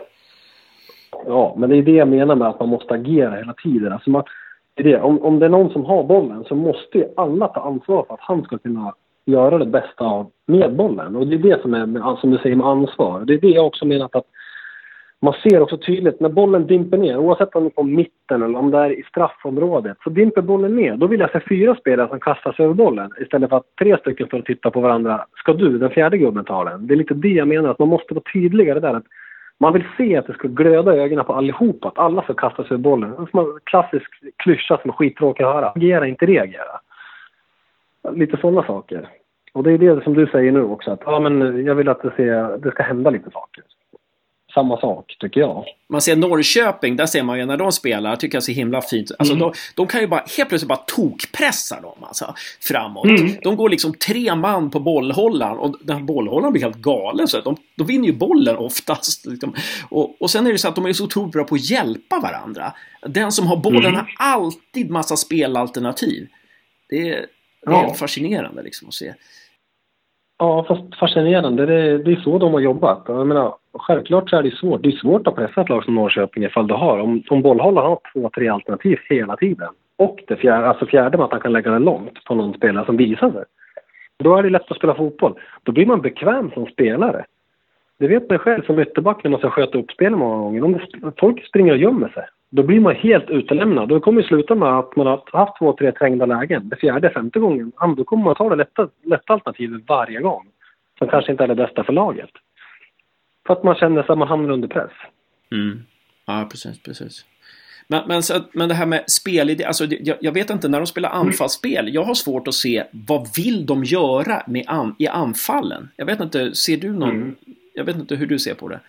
Ja, men det är det jag menar med att man måste agera hela tiden. Alltså man, det är det. Om, om det är någon som har bollen så måste ju alla ta ansvar för att han ska kunna göra det bästa av med bollen. Och det är det som är, som du säger, med ansvar. Det är det jag också menar, att man ser också tydligt när bollen dimper ner, oavsett om det är på mitten eller om det är i straffområdet, så dimper bollen ner. Då vill jag se fyra spelare som kastar sig över bollen istället för att tre stycken står och tittar på varandra. Ska du, den fjärde gubben, ta den? Det är lite det jag menar, att man måste vara tydligare där. Att man vill se att det ska glöda i ögonen på allihopa, att alla ska kasta sig över bollen. Det är en klassisk klyscha som är skittråkig att höra. Agera, inte reagera. Lite sådana saker. Och det är det som du säger nu också, att ja, men jag vill att det, se, det ska hända lite saker. Samma sak, tycker jag. Man ser Norrköping, där ser man ju när de spelar, tycker jag så himla fint. Alltså mm. de, de kan ju bara, helt plötsligt bara tokpressa dem alltså, framåt. Mm. De går liksom tre man på bollhållaren, och den här bollhållaren blir helt galen. Så de, de vinner ju bollen oftast. Liksom. Och, och sen är det så att de är så otroligt bra på att hjälpa varandra. Den som har bollen mm. har alltid massa spelalternativ. Det är, det är ja. fascinerande liksom att se. Ja, fast fascinerande. Det är, det är så de har jobbat. Jag menar, självklart så är det svårt. Det är svårt att pressa ett lag som Norrköping ifall du har. Om, om bollhållaren har två, tre alternativ hela tiden. Och det fjärde, alltså fjärde med att han kan lägga den långt på någon spelare som visar sig. Då är det lätt att spela fotboll. Då blir man bekväm som spelare. Det vet man själv som ytterback när man ska sköta upp spelen många gånger. Om det, folk springer och gömmer sig, då blir man helt utelämnad. Då kommer det sluta med att man har haft två, tre trängda lägen. Det fjärde, femte gången, då kommer man ta det lätta, lätta alternativet varje gång. Som kanske inte är det bästa för laget. För att man känner sig att man hamnar under press. Mm. Ja, precis, precis. Men, men, så, men det här med spelidé, alltså jag, jag vet inte, när de spelar anfallsspel, jag har svårt att se vad vill de göra med an, i anfallen. Jag vet inte, ser du någon, mm. jag vet inte hur du ser på det.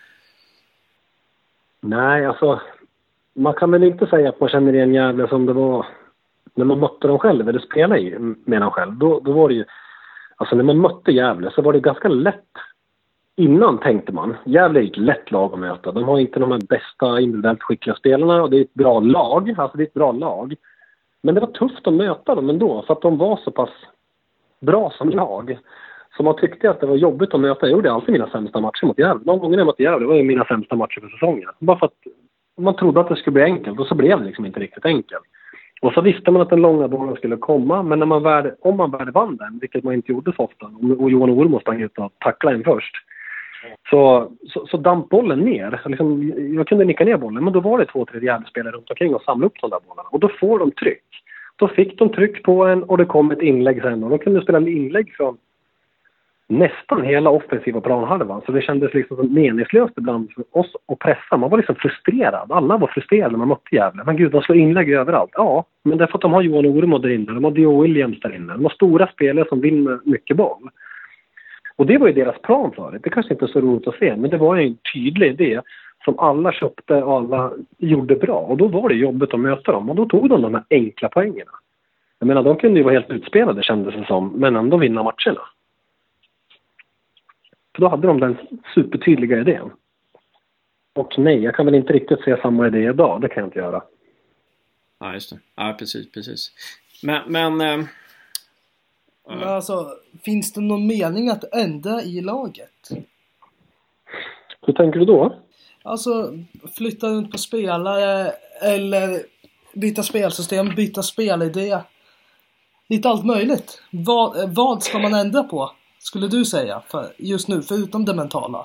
Nej, alltså man kan väl inte säga att man känner igen Gävle som det var när man mötte dem själv, eller spelade med dem själv. Då, då var det ju, alltså när man mötte Gävle så var det ganska lätt. Innan tänkte man, Gävle är ett lätt lag att möta. De har inte de här bästa individuellt skickliga spelarna, och det är ett bra lag. Alltså det är ett bra lag. Men det var tufft att möta dem ändå, för att de var så pass bra som lag. Så man tyckte att det var jobbigt att möta. Jag gjorde alltid mina sämsta matcher mot Gävle. Någon gång när jag mötte Gävle var det mina sämsta matcher för säsongen. Bara för att man trodde att det skulle bli enkelt, och så blev det liksom inte riktigt enkelt. Och så visste man att den långa bollen skulle komma, men när man väl, om man väl vann den, vilket man inte gjorde så ofta, och Johan Ormo sprang ut och tacklade en först, så, så, så damp bollen ner. Liksom, jag kunde nicka ner bollen, men då var det två, tre Gävle-spelare runt omkring och samla upp de där bollarna. Och då får de tryck. Då fick de tryck på en, och det kom ett inlägg sen. Och de kunde spela inlägg från nästan hela offensiva planhalvan. Så det kändes liksom som meningslöst ibland för oss att pressa. Man var liksom frustrerad. Alla var frustrerade när man mötte Gävle. Men gud, de slår inlägg överallt. Ja, men det är för att de har Johan Ormo där inne. De har Dio Williams där inne. De har stora spelare som vinner mycket boll. Och det var ju deras plan för det. Det kanske inte är så roligt att se, men det var ju en tydlig idé som alla köpte och alla gjorde bra. Och då var det jobbigt att möta dem. Och då tog de de här enkla poängerna. Jag menar, de kunde ju vara helt utspelade, kändes det som, men ändå vinna matcherna. För då hade de den supertydliga idén. Och nej, jag kan väl inte riktigt se samma idé idag. Det kan jag inte göra. Ja, just det. Ja, precis, precis. Men... men äh... Men alltså, finns det någon mening att ändra i laget? Hur tänker du då? Alltså, flytta runt på spelare eller byta spelsystem, byta spelidé. Lite allt möjligt. Vad, vad ska man ändra på, skulle du säga, för just nu, förutom det mentala?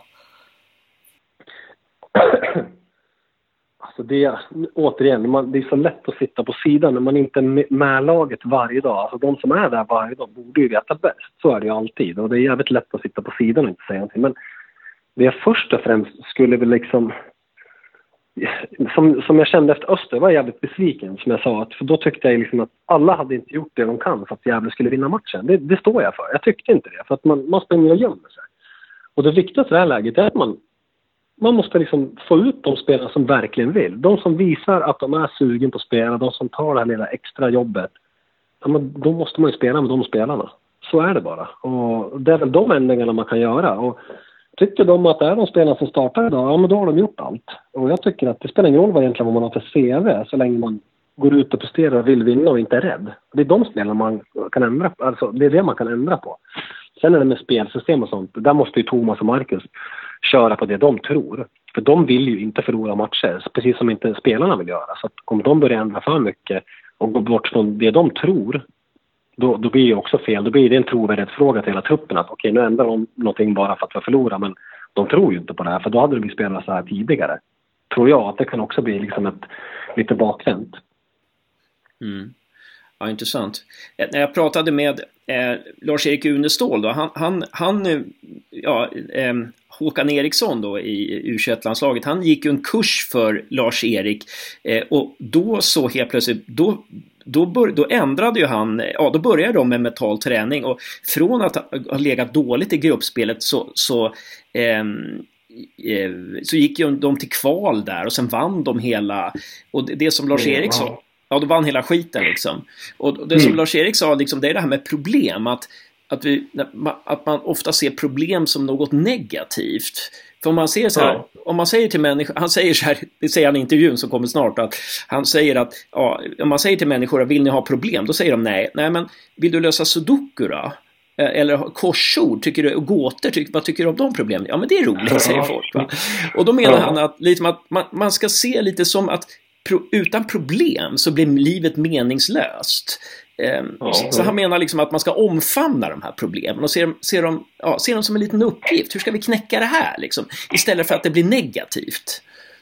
Alltså det, återigen, man, det är så lätt att sitta på sidan när man inte är med laget varje dag. Alltså de som är där varje dag borde ju veta bäst. Så är det ju alltid. Och det är jävligt lätt att sitta på sidan och inte säga någonting. Men det jag först och främst skulle väl liksom... Som, som jag kände efter Öster var jag jävligt besviken, som jag sa. Att, för då tyckte jag liksom att alla hade inte gjort det de kan för att Gävle skulle vinna matchen. Det, det står jag för. Jag tyckte inte det. För att man, man springer och gömmer sig. Och det viktigaste i det här läget är att man... Man måste liksom få ut de spelarna som verkligen vill. De som visar att de är sugen på att spela. De som tar det här lilla extra jobbet. Ja, men då måste man ju spela med de spelarna. Så är det bara. Och det är väl de ändringarna man kan göra. Och tycker de att det är de spelarna som startar idag, ja men då har de gjort allt. Och jag tycker att det spelar ingen roll vad egentligen vad man har för C V så länge man går ut och presterar och vill vinna och inte är rädd. Det är de spelarna man kan ändra på. Alltså det är det man kan ändra på. Sen är det med spelsystem och sånt. Där måste ju Thomas och Marcus köra på det de tror. För de vill ju inte förlora matcher. Precis som inte spelarna vill göra. Så att om de börjar ändra för mycket och gå bort från det de tror, då, då blir det också fel. Då blir det en trovärdighetsfråga till hela truppen. Att okej, nu ändrar de någonting bara för att vi förlorar. Men de tror ju inte på det här. För då hade de ju spelat så här tidigare. Tror jag att det kan också bli liksom ett lite bakvänt. Mm. Ja, intressant. Eh, när jag pratade med eh, Lars-Erik Unestål då, han, han, han ja, eh, Håkan Eriksson då i U tjugoett-landslaget, han gick ju en kurs för Lars-Erik eh, och då så helt plötsligt, då Då, bör, då ändrade ju han, ja då började de med mental träning och från att ha legat dåligt i gruppspelet så, så, eh, eh, så gick ju de till kval där och sen vann de hela, och det, det som Lars-Erik sa, ja då vann hela skiten liksom. Och det som mm. Lars-Erik sa liksom, det är det här med problem, att, att, vi, att man ofta ser problem som något negativt. För om man ser så här, ja. om man säger till människor, han säger så här, det säger han i intervjun som kommer snart, att han säger att ja, om man säger till människor, vill ni ha problem? Då säger de nej. Nej, men vill du lösa sudoku då? Eller korsord, tycker du, och gåtor, tycker, vad tycker du om de problemen? Ja, men det är roligt, säger folk. Va? Och då menar ja. han att, liksom att man, man ska se lite som att pro, utan problem så blir livet meningslöst. Um, ja, så, så han menar liksom att man ska omfamna de här problemen och se, se, dem, ja, se dem som en liten uppgift. Hur ska vi knäcka det här liksom? Istället för att det blir negativt.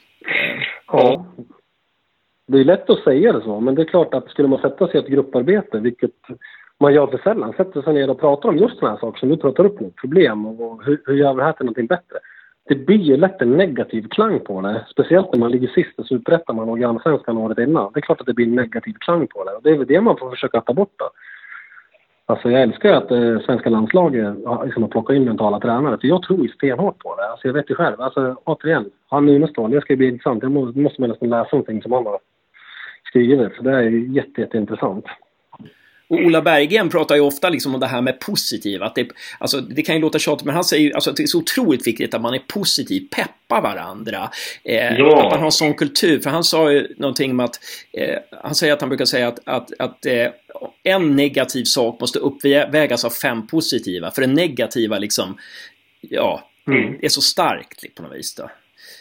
Ja, det är lätt att säga det så, men det är klart att skulle man sätta sig i ett grupparbete, vilket man gör för sällan, sätter sig ner och pratar om just sådana här saker som du pratar upp nu, problem och hur, hur gör vi det här till någonting bättre. Det blir ju lätt en negativ klang på det. Speciellt när man ligger sist och superettan man och Gamsvenskan året innan. Det är klart att det blir en negativ klang på det. Och det är väl det man får försöka ta bort då. Alltså jag älskar ju att eh, svenska landslaget liksom, har plockat in mentala tränare. För jag tror ju stenhårt på det. Alltså jag vet ju själv. Alltså återigen, han är Unestål. Det ska bli intressant. Jag måste, måste nästan läsa någonting som han har skrivit. För det är ju jätte, jätteintressant. Och Ola Berggren pratar ju ofta liksom om det här med positiv, att det, alltså, det kan ju låta tjatigt, men han säger ju alltså, att det är så otroligt viktigt att man är positiv, peppa varandra, eh, ja. att man har en sån kultur. För han sa ju någonting om att eh, han säger att han brukar säga att, att, att eh, en negativ sak måste uppvägas av fem positiva, för den negativa liksom ja, mm. är så starkt på något vis då.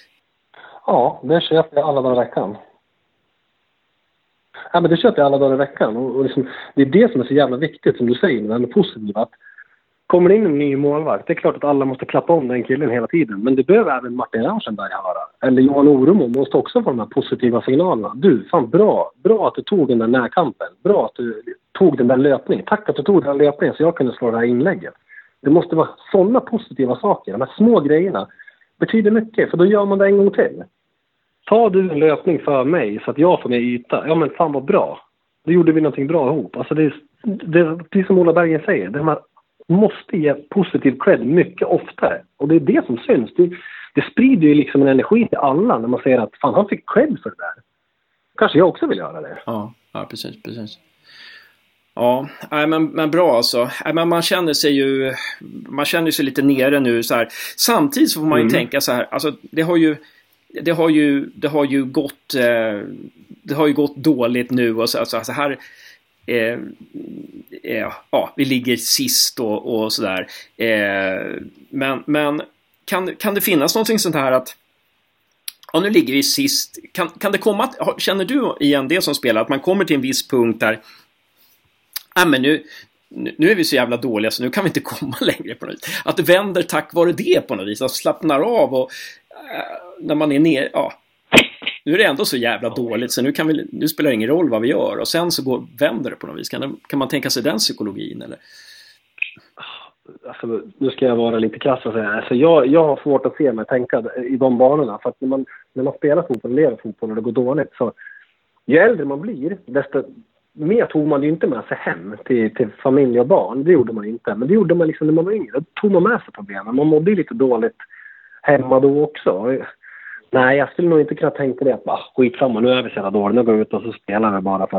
Ja, det köper jag alla dagar i veckan. Ja, men det köper jag alla dagar i veckan. Och, och liksom, det är det som är så jävla viktigt, som du säger, det är positivt. Att kommer det in en ny målvakt, det är klart att alla måste klappa om den killen hela tiden. Men det behöver även Martin Rauschenberg höra. Eller Johan Oromo måste också få de här positiva signalerna. Du, fan bra. Bra att du tog den där närkampen. Bra att du tog den där löpningen. Tack att du tog den där löpningen så jag kunde slå det här inlägget. Det måste vara sådana positiva saker. De här små grejerna betyder mycket, för då gör man det en gång till. Ta du en löpning för mig så att jag får med yta. Ja men fan vad bra. Då gjorde vi någonting bra ihop. Alltså det är, det är precis som Ola Berggren säger. Det man måste ge positiv cred mycket oftare. Och det är det som syns. Det, det sprider ju liksom en energi till alla när man säger att fan han fick cred för det där. Kanske jag också vill göra det. Ja, ja precis, precis. Ja, men, men bra alltså. Men man känner sig ju man känner sig lite nere nu så här. Samtidigt så får man ju mm. tänka så här. Alltså det har ju Det har ju, det har ju gått eh, det har ju gått dåligt nu och så, alltså, så här eh, eh, ja, vi ligger sist och, och sådär eh, men, men kan, kan det finnas någonting sånt här att ja, nu ligger vi sist, kan, kan det komma att, känner du igen det som spelar att man kommer till en viss punkt där ja, men nu nu är vi så jävla dåliga så nu kan vi inte komma längre på något vis. Att det vänder tack vare det på något vis, att slappnar av och när man är ner, ja, nu är det ändå så jävla dåligt så nu, kan vi, nu spelar det ingen roll vad vi gör och sen så går, vänder det på något vis. Kan, det, kan man tänka sig den psykologin eller? Alltså, nu ska jag vara lite krass och säga. Alltså, jag, jag har svårt att se mig tänka i de banorna för att när man, när man spelar fotboll och lever fotboll och det går dåligt så ju äldre man blir desto mer tog man ju inte med sig hem till, till familj och barn. Det gjorde man inte, men det gjorde man liksom när man var yngre. Då tog man med sig problemen. Man mådde lite dåligt hemma då också. Nej, jag skulle nog inte kunna tänka det att bara skitsamma, nu är vi så jävla dåliga, nu går vi ut och så spelar vi bara för att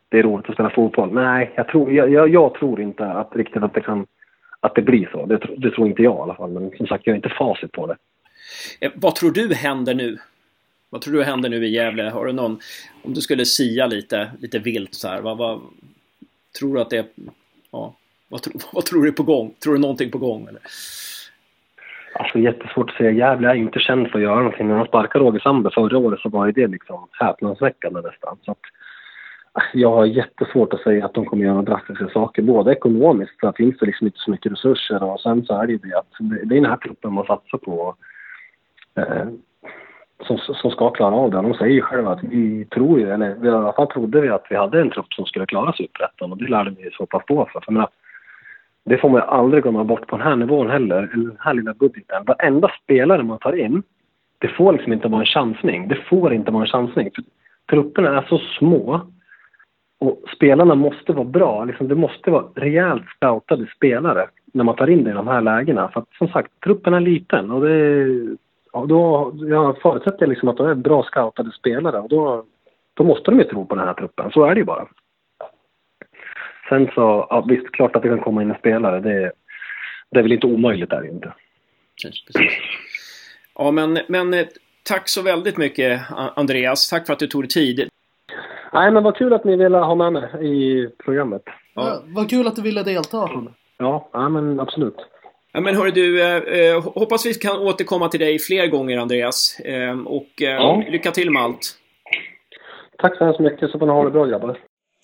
det är roligt att spela fotboll. Nej, jag tror, jag, jag, jag tror inte att riktigt att det kan, att det blir så. Det, det tror inte jag i alla fall. Men som sagt, jag är inte facit på det. Eh, vad tror du händer nu? Vad tror du händer nu i Gävle? Har du någon, om du skulle sia lite, lite vilt så här, vad, vad tror du att det är, ja, vad, tro, vad tror du är på gång? Tror du någonting på gång eller? Alltså jättesvårt att säga. Gävle är inte känd för att göra någonting. När de sparkade Roger Sandberg förra året så var det liksom häpnadsväckande nästan. Så att jag har jättesvårt att säga att de kommer göra några drastiska saker. Både ekonomiskt, så finns det liksom inte så mycket resurser. Och sen så är det ju det att det är den här truppen man satsar på. Eh, som, som ska klara av det. De säger ju själva att vi tror ju, eller i alla fall trodde vi att vi hade en trupp som skulle klara sig upprättan. Och det lärde vi så pass på för. För menar, det får man aldrig glömma bort på den här nivån heller. Den här lilla budgeten. Varenda spelare man tar in, det får liksom inte vara en chansning. Det får inte vara en chansning. För trupperna är så små. Och spelarna måste vara bra. Liksom, det måste vara rejält scoutade spelare när man tar in det i de här lägena. För att som sagt, truppen är liten. Och det, ja, då, jag förutsätter liksom att de är bra scoutade spelare. Och då, då måste de ju tro på den här truppen. Så är det ju bara. Sen så, ja, visst, klart att det kan komma in en spelare. Det, det är väl inte omöjligt där inte. Precis. Ja, men, men tack så väldigt mycket, Andreas. Tack för att du tog dig tid. Nej, men vad kul att ni ville ha med mig i programmet. Ja. Ja, vad kul att du ville delta. Ja, ja men absolut. Ja, men hörru du, eh, hoppas vi kan återkomma till dig fler gånger, Andreas. Eh, och eh, ja. Lycka till med allt. Tack så hemskt mycket, så får ni ha det bra, grabbar.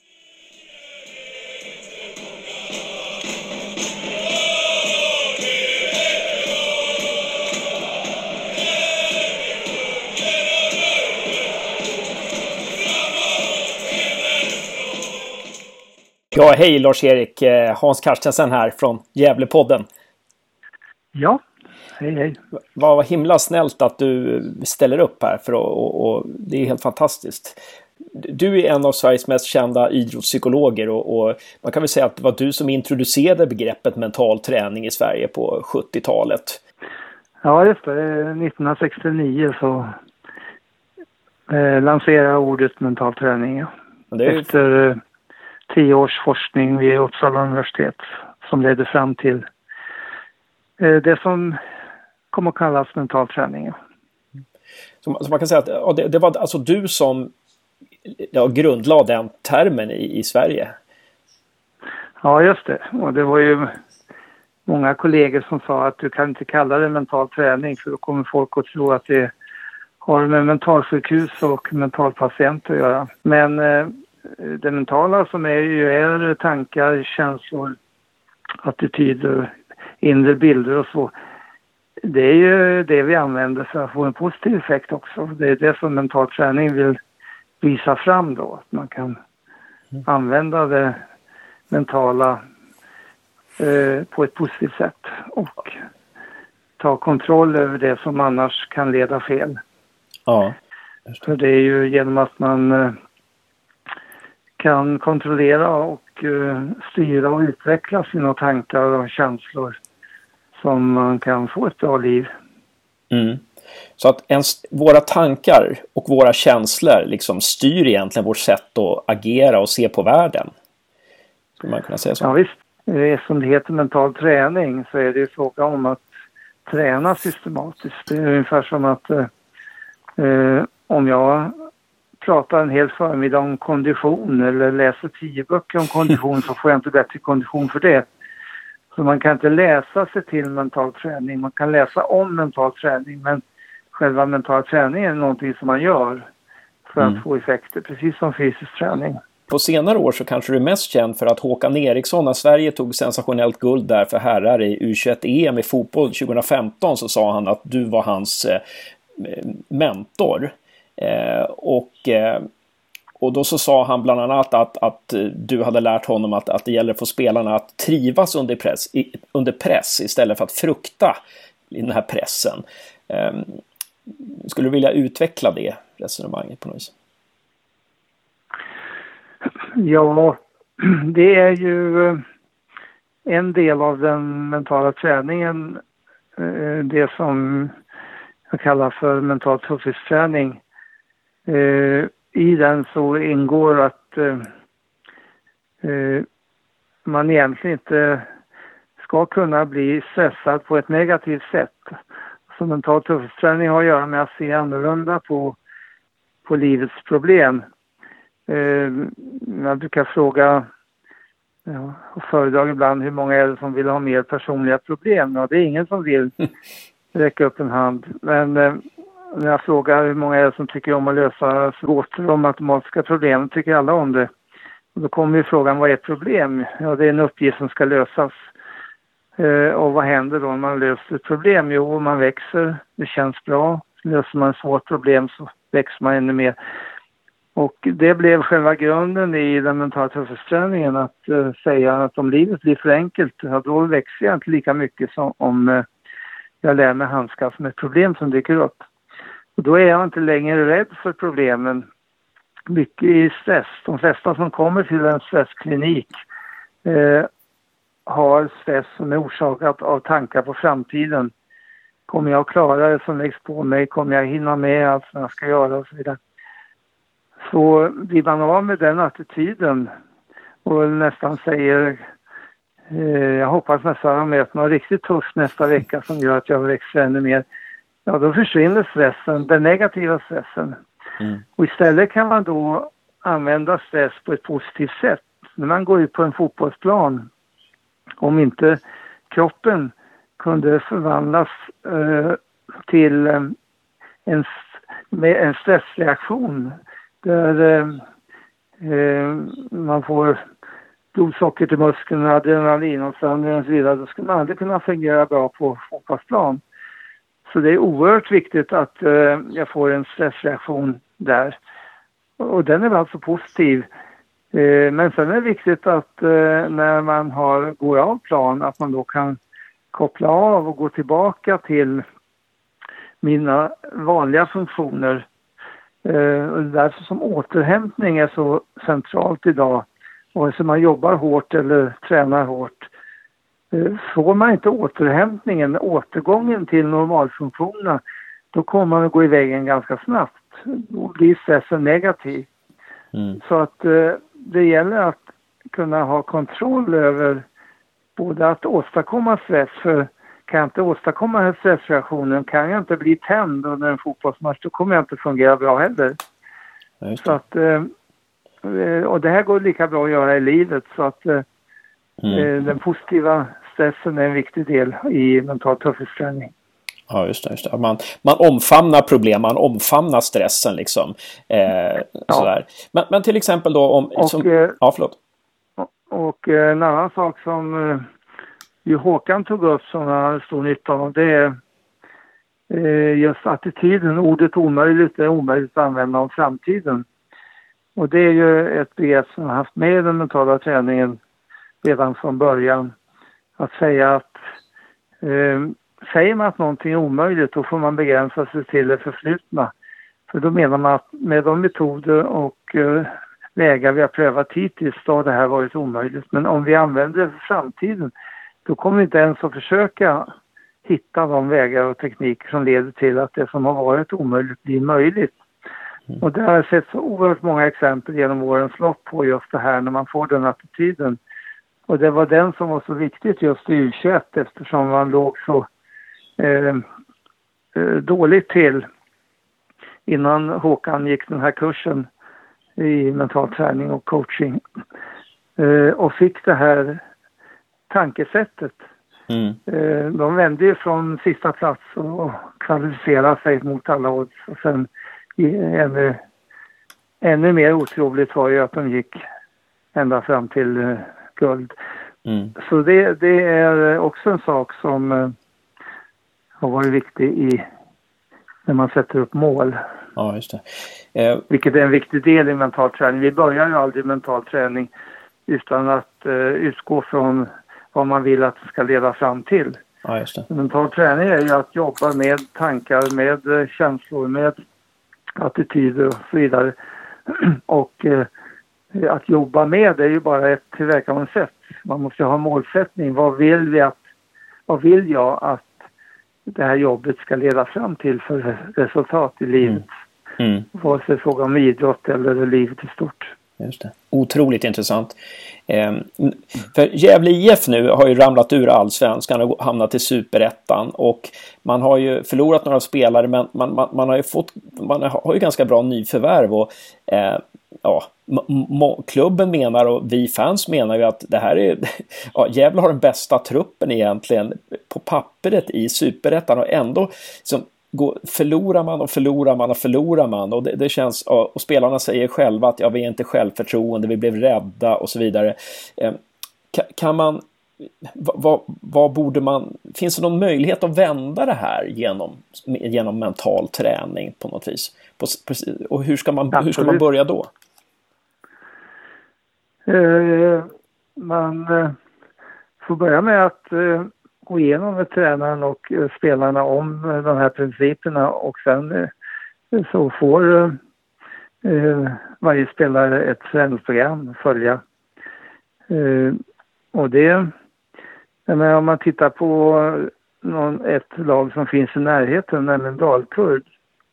Ja, hej Lars-Erik. Hans Carstensen här från Gävlepodden. Ja, hej hej. Vad himla snällt att du ställer upp här, för att, och, och det är helt fantastiskt. Du är en av Sveriges mest kända idrottspsykologer och, och man kan väl säga att det var du som introducerade begreppet mental träning i Sverige på sjuttiotalet. Ja, just det. nittonhundrasextionio så eh, lanserade ordet mental träning. Ja. Det är... Efter eh, tio års forskning vid Uppsala universitet som ledde fram till eh, det som kommer att kallas mental träning. Ja. Så, så man kan säga att ja, det, det var alltså du som ja, grundlade den termen i, i Sverige. Ja, just det. Och det var ju många kollegor som sa att du kan inte kalla det mental träning, för då kommer folk att tro att det har med mentalsjukhus och mentalpatienter att göra. Men eh, det mentala som är ju är tankar, känslor, attityder, inre bilder och så. Det är ju det vi använder för att få en positiv effekt också. Det är det som mental träning vill visa fram då. Att man kan mm. använda det mentala eh, på ett positivt sätt. Och ta kontroll över det som annars kan leda fel. Ja. För det är ju genom att man eh, kan kontrollera och uh, styra och utveckla sina tankar och känslor som man kan få ett bra liv. Mm. Så att ens, våra tankar och våra känslor liksom styr egentligen vårt sätt att agera och se på världen. Skulle man kunna säga så? Ja visst. Som det heter mental träning så är det ju fråga om att träna systematiskt. Det är ungefär som att uh, uh, om jag pratar en hel förmiddag om kondition eller läser tio böcker om kondition så får jag inte bättre kondition för det. Så man kan inte läsa sig till mental träning. Man kan läsa om mental träning, men själva mental träning är någonting som man gör för att mm. få effekter, precis som fysisk träning. På senare år så kanske du är mest känd för att Håkan Eriksson, när Sverige tog sensationellt guld där för herrar i U tjugoett E M i fotboll tjugohundrafemton, så sa han att du var hans eh, mentor. Eh, och, eh, och då så sa han bland annat att, att du hade lärt honom att, att det gäller för spelarna att trivas under press, i, under press istället för att frukta i den här pressen. Eh, skulle du vilja utveckla det resonemanget på något vis? Ja, det är ju en del av den mentala träningen, det som jag kallar för mental tuffhetsträning. I den så ingår att eh, man egentligen inte ska kunna bli stressad på ett negativt sätt. Så mental tuffhetsträning har att göra med att se annorlunda på, på livets problem. Eh, jag brukar fråga ja, och föredrag ibland hur många är det som vill ha mer personliga problem. Ja, det är ingen som vill räcka upp en hand. Men eh, när jag frågar hur många är det som tycker om att lösa gåtor och matematiska problem, tycker alla om det. Och då kommer ju frågan, vad är ett problem? Ja, det är en uppgift som ska lösas. Eh, och vad händer då när man löser ett problem? Jo, man växer, det känns bra. Löser man ett svårt problem så växer man ännu mer. Och det blev själva grunden i den mentala tuffhetsträningen, att eh, säga att om livet blir för enkelt, ja, då växer jag inte lika mycket som om eh, jag lär mig handskas med ett problem som dyker upp. Och då är jag inte längre rädd för problemen. Mycket i stress. De flesta som kommer till en stressklinik eh, har stress som är orsakat av tankar på framtiden. Kommer jag att klara det som läggs på mig? Kommer jag hinna med allt som jag ska göra och så vidare? Så blir man av med den attityden och nästan säger eh, jag hoppas nästan jag möter något riktigt tufft nästa vecka som gör att jag växer ännu mer. Ja, då försvinner stressen, den negativa stressen. Mm. Och istället kan man då använda stress på ett positivt sätt. När man går ut på en fotbollsplan, om inte kroppen kunde förvandlas eh, till eh, en, med en stressreaktion där eh, man får blodsocker till musklerna, adrenalin och så vidare, då skulle man aldrig kunna fungera bra på fotbollsplan. Så det är oerhört viktigt att eh, jag får en stressreaktion där. Och den är alltså positiv. Eh, men sen är det viktigt att eh, när man har går av plan, att man då kan koppla av och gå tillbaka till mina vanliga funktioner. Eh, och därför som återhämtning är så centralt idag. Och så man jobbar hårt eller tränar hårt. Får man inte återhämtningen, återgången till normalfunktionerna, då kommer man att gå i vägen ganska snabbt. Då blir stressen negativ. Mm. Så att eh, det gäller att kunna ha kontroll över både att åstadkomma stress. För kan jag inte åstadkomma den här stressreaktionen, kan jag inte bli tänd under en fotbollsmatch, då kommer jag inte fungera bra heller. Så att, eh, och det här går lika bra att göra i livet, så att eh, mm. den positiva stressen är en viktig del i mental tuffhetsträning. Ja, just det. Just det. Man, man omfamnar problem, man omfamnar stressen liksom. Eh, ja. Sådär. Men, men till exempel då om... Och, som, eh, ja, förlåt. Och, och en annan sak som eh, ju Håkan tog upp som han hade stor nytta av, det är eh, just attityden. Ordet omöjligt är omöjligt att använda om framtiden. Och det är ju ett begrepp som jag har haft med i den mentala träningen redan från början. Att säga att eh, säger man att någonting är omöjligt, då får man begränsa sig till det förflutna. För då menar man att med de metoder och eh, vägar vi har prövat hittills, så har det här varit omöjligt. Men om vi använder det för framtiden, då kommer vi inte ens att försöka hitta de vägar och tekniker som leder till att det som har varit omöjligt blir möjligt. Mm. Och det har jag sett så oerhört många exempel genom årens lopp på just det här, när man får den attityden. Och det var den som var så viktigt just i U tjugoett, eftersom man låg så eh, dåligt till innan Håkan gick den här kursen i mental träning och coaching. Eh, och fick det här tankesättet. Mm. Eh, de vände ju från sista plats och kvalificerade sig mot alla odds. Och sen ännu, ännu mer otroligt var ju att de gick ända fram till eh, guld. Mm. Så det, det är också en sak som eh, har varit viktig i när man sätter upp mål. Ja, just det. Eh. Vilket är en viktig del i mental träning. Vi börjar ju aldrig mental träning utan att eh, utgå från vad man vill att det ska leda fram till. Ja, just det. Mental träning är ju att jobba med tankar, med eh, känslor, med attityder och så vidare. Och eh, att jobba med det är ju bara ett tillvägagångssätt. Man måste ha målsättning. Vad vill vi att, vad vill jag att det här jobbet ska leda fram till för resultat i livet? Mm. Mm. Vare sig fråga om idrott eller livet i stort. Just det. Otroligt intressant. Eh, för Gävle I F nu har ju ramlat ur allsvenskan och hamnat i superettan, och man har ju förlorat några spelare, men man, man, man har ju fått man har ju ganska bra nyförvärv, och eh, ja, m- klubben menar, och vi fans menar ju att det här är ja, Gävle har den bästa truppen egentligen på pappret i superettan, och ändå som Går, förlorar man och förlorar man och förlorar man, och det, det känns, och spelarna säger själva att ja, vi är inte självförtroende, vi blev rädda och så vidare. Eh, kan, kan man vad, vad borde man finns det någon möjlighet att vända det här genom, genom mental träning på något vis? På, på, och hur ska man, hur ska man börja då? Eh, man eh, får börja med att eh, gå igenom med tränaren och eh, spelarna om eh, de här principerna, och sen eh, så får eh, varje spelare ett träningsprogram att följa. Eh, och det, men om man tittar på någon, ett lag som finns i närheten, nämligen Dalkurd,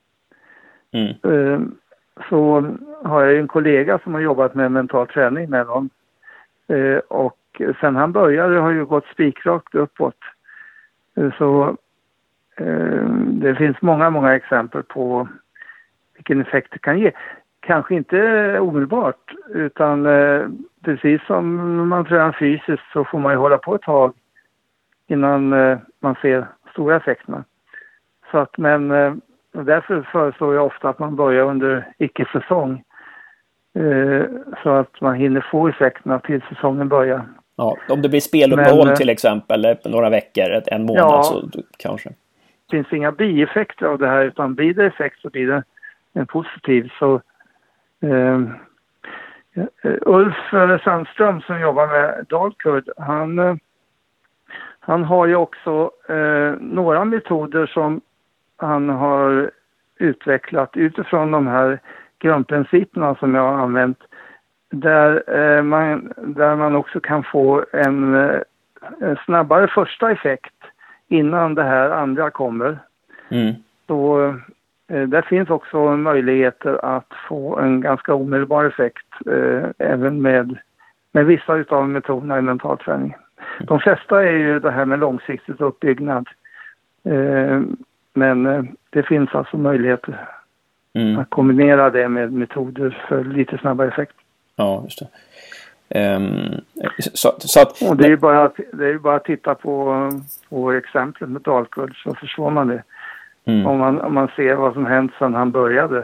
mm. eh, så har jag en kollega som har jobbat med mental träning med dem. Eh, och sen han började har ju gått spikrakt uppåt. Eh, så eh, det finns många, många exempel på vilken effekt det kan ge. Kanske inte omedelbart, utan eh, precis som man tränar fysiskt så får man ju hålla på ett tag innan eh, man ser stora effekterna. Så att, men eh, därför föreslår jag ofta att man börjar under icke-säsong. Eh, så att man hinner få effekterna till säsongen börjar. Ja, om det blir speluppehåll men, till exempel, eller några veckor, en månad, ja, så kanske. Det finns inga bieffekter av det här, utan blir det effekt så blir det en positiv. Så eh, Ulf Sandström som jobbar med Dalkurd, han, eh, han har ju också eh, några metoder som han har utvecklat utifrån de här grundprinciperna som jag har använt, där, eh, man, där man också kan få en, en snabbare första effekt innan det här andra kommer. Mm. Så eh, där finns också möjligheter att få en ganska omedelbar effekt eh, även med, med vissa utav metoderna i mental träning. Mm. De flesta är ju det här med långsiktigt uppbyggnad. Eh, men eh, det finns alltså möjligheter mm. att kombinera det med metoder för lite snabbare effekt. Ja, just det. Um, så, så att, och det är ju bara, det är bara att titta på, på exemplet med Dalkurd, så förstår man det. Mm. Om, man, om man ser vad som hänt sedan han började.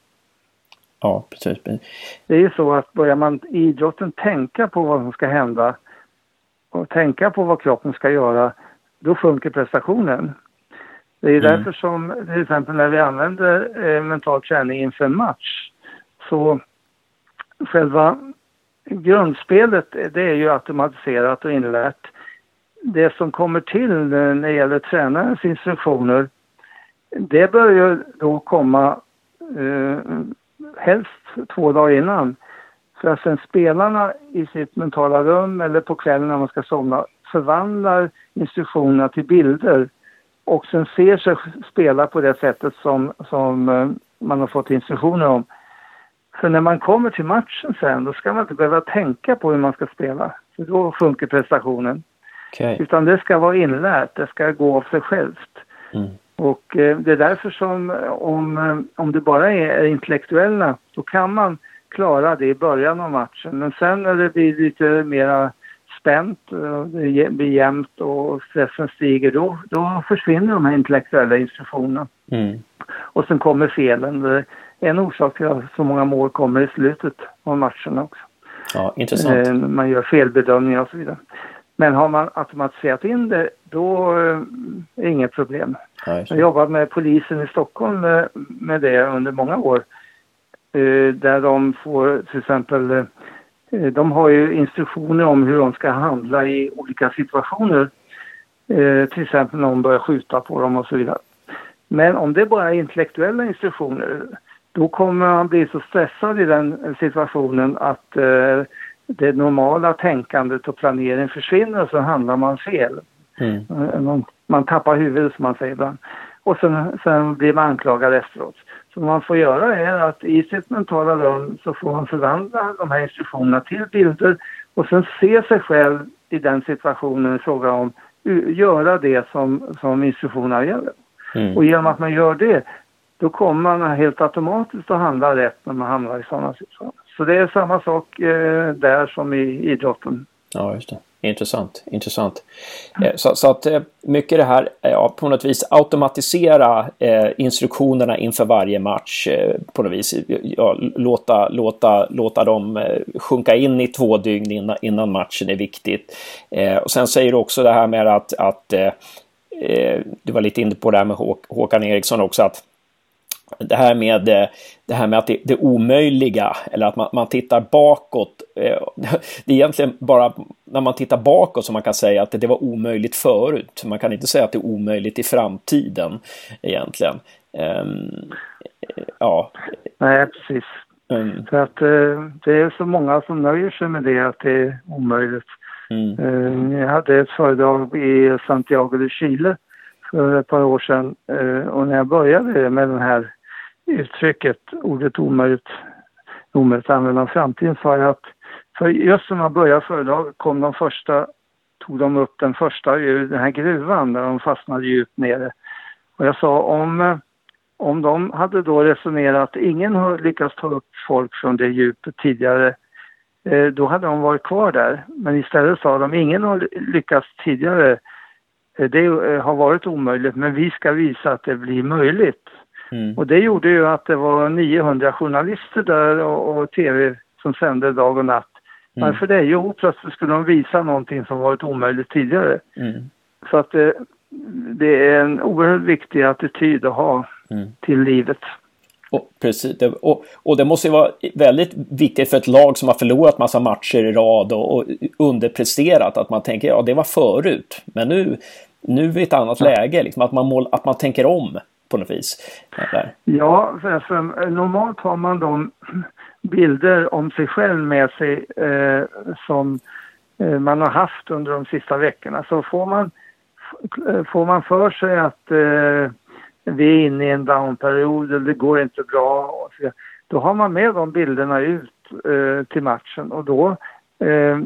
Ja, precis. Det är ju så att börjar man i idrotten tänka på vad som ska hända och tänka på vad kroppen ska göra, då sjunker prestationen. Det är mm. därför som till exempel när vi använder eh, mental träning inför en match, så själva grundspelet, det är ju automatiserat och inlärt. Det som kommer till när det gäller tränarens instruktioner, det bör ju då komma eh, helst två dagar innan. För att sen spelarna i sitt mentala rum eller på kvällen när man ska somna förvandlar instruktionerna till bilder och sen ser sig spela på det sättet som, som eh, man har fått instruktioner om. För när man kommer till matchen sen, då ska man inte behöva tänka på hur man ska spela. För då sjunker prestationen. Okay. Utan det ska vara inlärt, det ska gå av sig självt. Mm. Och eh, det är därför som om, om det bara är, är intellektuella, då kan man klara det i början av matchen. Men sen när det blir lite mera spänt, och det blir jämnt och stressen stiger, då, då försvinner de här intellektuella instruktionerna. Mm. Och sen kommer felen. Det är en orsak till att så många mål kommer i slutet av matcherna också. Ja, intressant. Eh, man gör felbedömningar och så vidare. Men har man automatiserat in det, då är det inget problem. Ja, jag har jobbat med polisen i Stockholm med, med det under många år. Eh, där de får till exempel, eh, de har ju instruktioner om hur de ska handla i olika situationer. Eh, till exempel när de börjar skjuta på dem och så vidare. Men om det bara är intellektuella instruktioner, då kommer man bli så stressad i den situationen att eh, det normala tänkandet och planeringen försvinner och så handlar man fel. Mm. Man, man tappar huvudet som man säger ibland. och sen, sen blir man anklagad efteråt. Så vad man får göra är att i sitt mentala rum så får man förvandla de här instruktionerna till bilder och sen se sig själv i den situationen, fråga om göra det som, som instruktionerna gäller. Mm. Och genom att man gör det, då kommer man helt automatiskt att handla rätt när man hamnar i sådana situationer. Så det är samma sak eh, där som i idrotten. Ja, just det. Intressant, intressant. Eh, så, så att eh, mycket det här, ja, på något vis automatisera eh, instruktionerna inför varje match eh, på något vis. Ja, låta, låta, låta dem eh, sjunka in i två dygn innan, innan matchen är viktigt. Eh, och sen säger du också det här med att, att eh, du var lite inne på det här med Hå- Håkan Eriksson också, att det här med det här med att det, det omöjliga, eller att man, man tittar bakåt, det är egentligen bara när man tittar bakåt som man kan säga att det, det var omöjligt förut. Man kan inte säga att det är omöjligt i framtiden egentligen. Um, ja. Nej, precis. Mm. För att uh, det är så många som nöjer sig med det, att det är omöjligt. Mm. Uh, jag hade ett föredrag i Santiago de Chile för ett par år sedan, uh, och när jag började med den här uttrycket, ordet omöjligt, omöjligt att använda framtiden, sa jag att för just när man började föredrag kom de första, tog de upp den första ur den här gruvan där de fastnade djupt nere. Och jag sa om, om de hade då resonerat, ingen har lyckats ta upp folk från det djupet tidigare, eh, då hade de varit kvar där. Men istället sa de, ingen har lyckats tidigare, eh, det eh, har varit omöjligt, men vi ska visa att det blir möjligt. Mm. Och det gjorde ju att det var niohundra journalister där och, och tv som sände dag och natt. Mm. Varför det? Jo, plötsligt skulle de visa någonting som varit omöjligt tidigare. Mm. Så att det, det är en oerhört viktig attityd att ha mm. till livet. Och, precis, och, och det måste ju vara väldigt viktigt för ett lag som har förlorat massa matcher i rad och, och underpresterat, att man tänker, ja det var förut, men nu, nu är det ett annat ja. läge, liksom, att, man mål, att man tänker om på något vis. Där. Ja, för, för normalt har man de bilder om sig själv med sig eh, som eh, man har haft under de sista veckorna. Så får man, f- får man för sig att eh, vi är inne i en downperiod eller det går inte bra, så, då har man med de bilderna ut eh, till matchen, och då eh,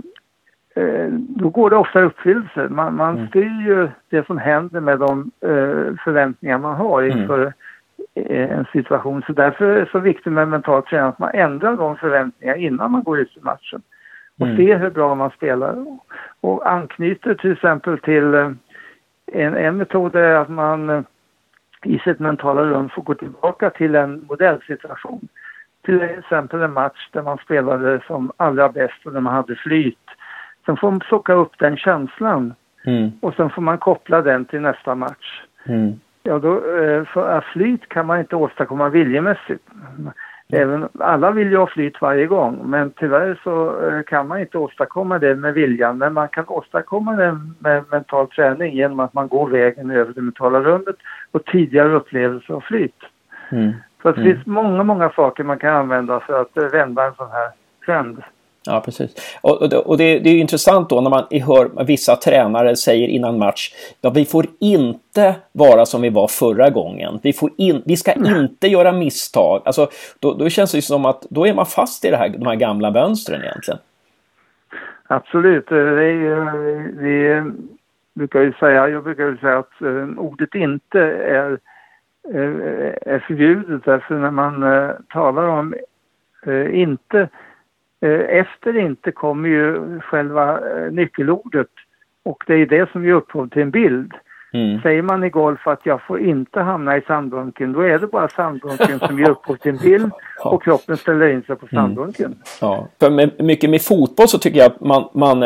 då går det ofta uppfyllelse. Man, man mm. styr ju det som händer med de uh, förväntningar man har inför mm. en situation. Så därför är det så viktigt med mental träning att man ändrar de förväntningar innan man går ut i matchen. Och mm. ser hur bra man spelar. Och anknyter till exempel till uh, en, en metod är att man uh, i sitt mentala rum får gå tillbaka till en modellsituation. Till exempel en match där man spelade som allra bäst och där man hade flyt. Sen får man plocka upp den känslan mm. och sen får man koppla den till nästa match. Mm. Ja, då, för flyt kan man inte åstadkomma viljemässigt. Även, alla vill ju ha flyt varje gång, men tyvärr så kan man inte åstadkomma det med viljan. Men man kan åstadkomma det med mental träning genom att man går vägen över det mentala rummet och tidigare upplevelser av flyt. Mm. Så att det mm. finns många, många saker man kan använda för att vända en sån här trend. Ja, precis. Och, och, och det, det är ju intressant då när man hör vissa tränare säger innan match, ja, vi får inte vara som vi var förra gången. Vi, får in, vi ska mm. inte göra misstag. Alltså, då, då känns det som att då är man fast i det här, de här gamla mönstren egentligen. Absolut. Det är ju, vi brukar ju säga, jag brukar ju säga att uh, ordet inte är, uh, är förbjudet. Därför när man uh, talar om uh, inte, efter inte kommer ju själva nyckelordet, och det är det som ger upphov till en bild. Mm. Säger man i golf att jag får inte hamna i sandbunken, då är det bara sandbunken som ger upphov till en bild ja. och kroppen ställer in sig på sandbunken. Mm. Ja, för med, mycket med fotboll så tycker jag att man, man,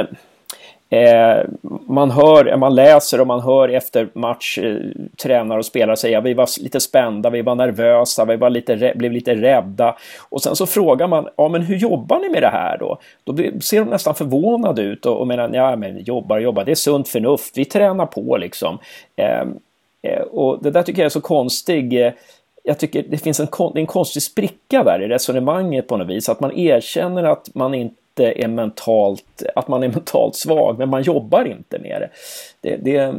eh, man hör, man läser och man hör efter match eh, tränare och spelare säga vi var lite spända, vi var nervösa, vi var lite, blev lite rädda, och sen så frågar man, ja men hur jobbar ni med det här då? Då blir, ser de nästan förvånade ut och, och menar, ja men jobbar jobbar, det är sunt förnuft, vi tränar på liksom. Eh, eh, och det där tycker jag är så konstig, eh, jag tycker det finns en, en konstig spricka där i resonemanget på något vis, att man erkänner att man inte är mentalt, att man är mentalt svag, men man jobbar inte med det. Det, det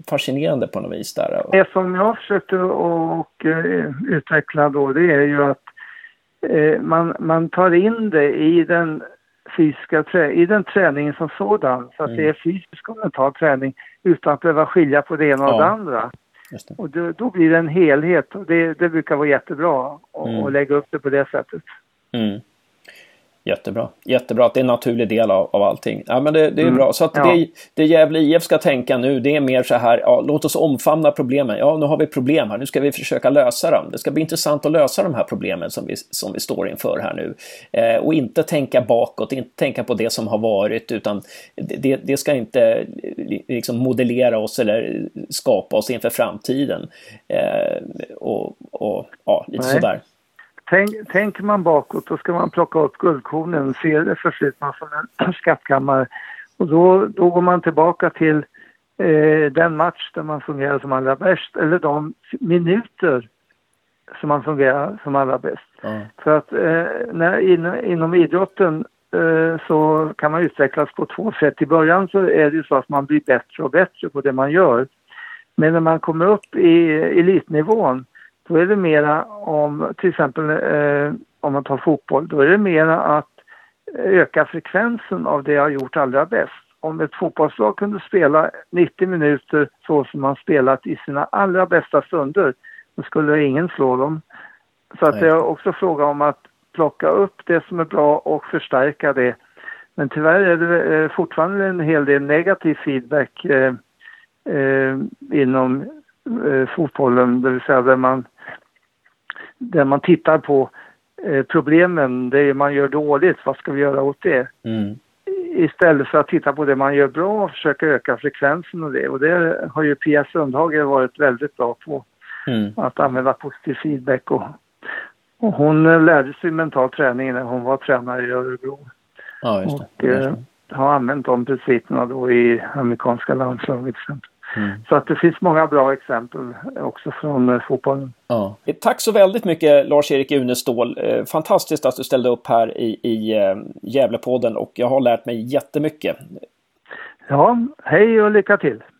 fascinerande på något vis där. Det som jag försökte och uh, utveckla då, det är ju att uh, man, man tar in det i den fysiska trä- i den träningen som sådan, så att mm. det är fysisk och mental träning utan att behöva skilja på det ena och ja. det andra. Just det. Och då, då blir det en helhet, och det, det brukar vara jättebra att mm. lägga upp det på det sättet. Mm. Jättebra. Jättebra att det är en naturlig del av, av allting. Ja, men det, det är mm. bra. Så att ja. det, det Gävle I F ska tänka nu, det är mer så här, ja, låt oss omfamna problemen. Ja, nu har vi problem här. Nu ska vi försöka lösa dem. Det ska bli intressant att lösa de här problemen som vi, som vi står inför här nu. Eh, och inte tänka bakåt, inte tänka på det som har varit, utan det, det ska inte liksom modellera oss eller skapa oss inför framtiden. Eh, och, och ja, lite Nej. sådär. Tänk, tänker man bakåt, då ska man plocka upp guldkornen, se det förflutna som en skattkammare. Och då, då går man tillbaka till eh, den match där man fungerar som allra bäst, eller de minuter som man fungerar som allra bäst. Mm. För att eh, när, in, inom idrotten eh, så kan man utvecklas på två sätt. I början så är det ju så att man blir bättre och bättre på det man gör. Men när man kommer upp i elitnivån, då är det mera om, till exempel eh, om man tar fotboll, då är det mera att öka frekvensen av det jag har gjort allra bäst. Om ett fotbollslag kunde spela nittio minuter så som man spelat i sina allra bästa stunder, då skulle ingen slå dem. Så att det är också fråga om att plocka upp det som är bra och förstärka det. Men tyvärr är det eh, fortfarande en hel del negativ feedback eh, eh, inom eh, fotbollen, det vill säga där man där man tittar på eh, problemen, det man gör dåligt, vad ska vi göra åt det? Mm. Istället för att titta på det man gör bra och försöka öka frekvensen och det. Och det har ju Pia Sundhage varit väldigt bra på. Mm. Att använda positiv feedback. Och, och hon lärde sig mental träning när hon var tränare i Örebro. Ja, just det. Och eh, har använt de principerna då i amerikanska landslaget. Mm. Så att det finns många bra exempel också från eh, fotbollen. Ja. Tack så väldigt mycket Lars-Erik Unestål. Eh, fantastiskt att du ställde upp här i, i eh, Gävlepodden, och jag har lärt mig jättemycket. Ja, hej och lycka till.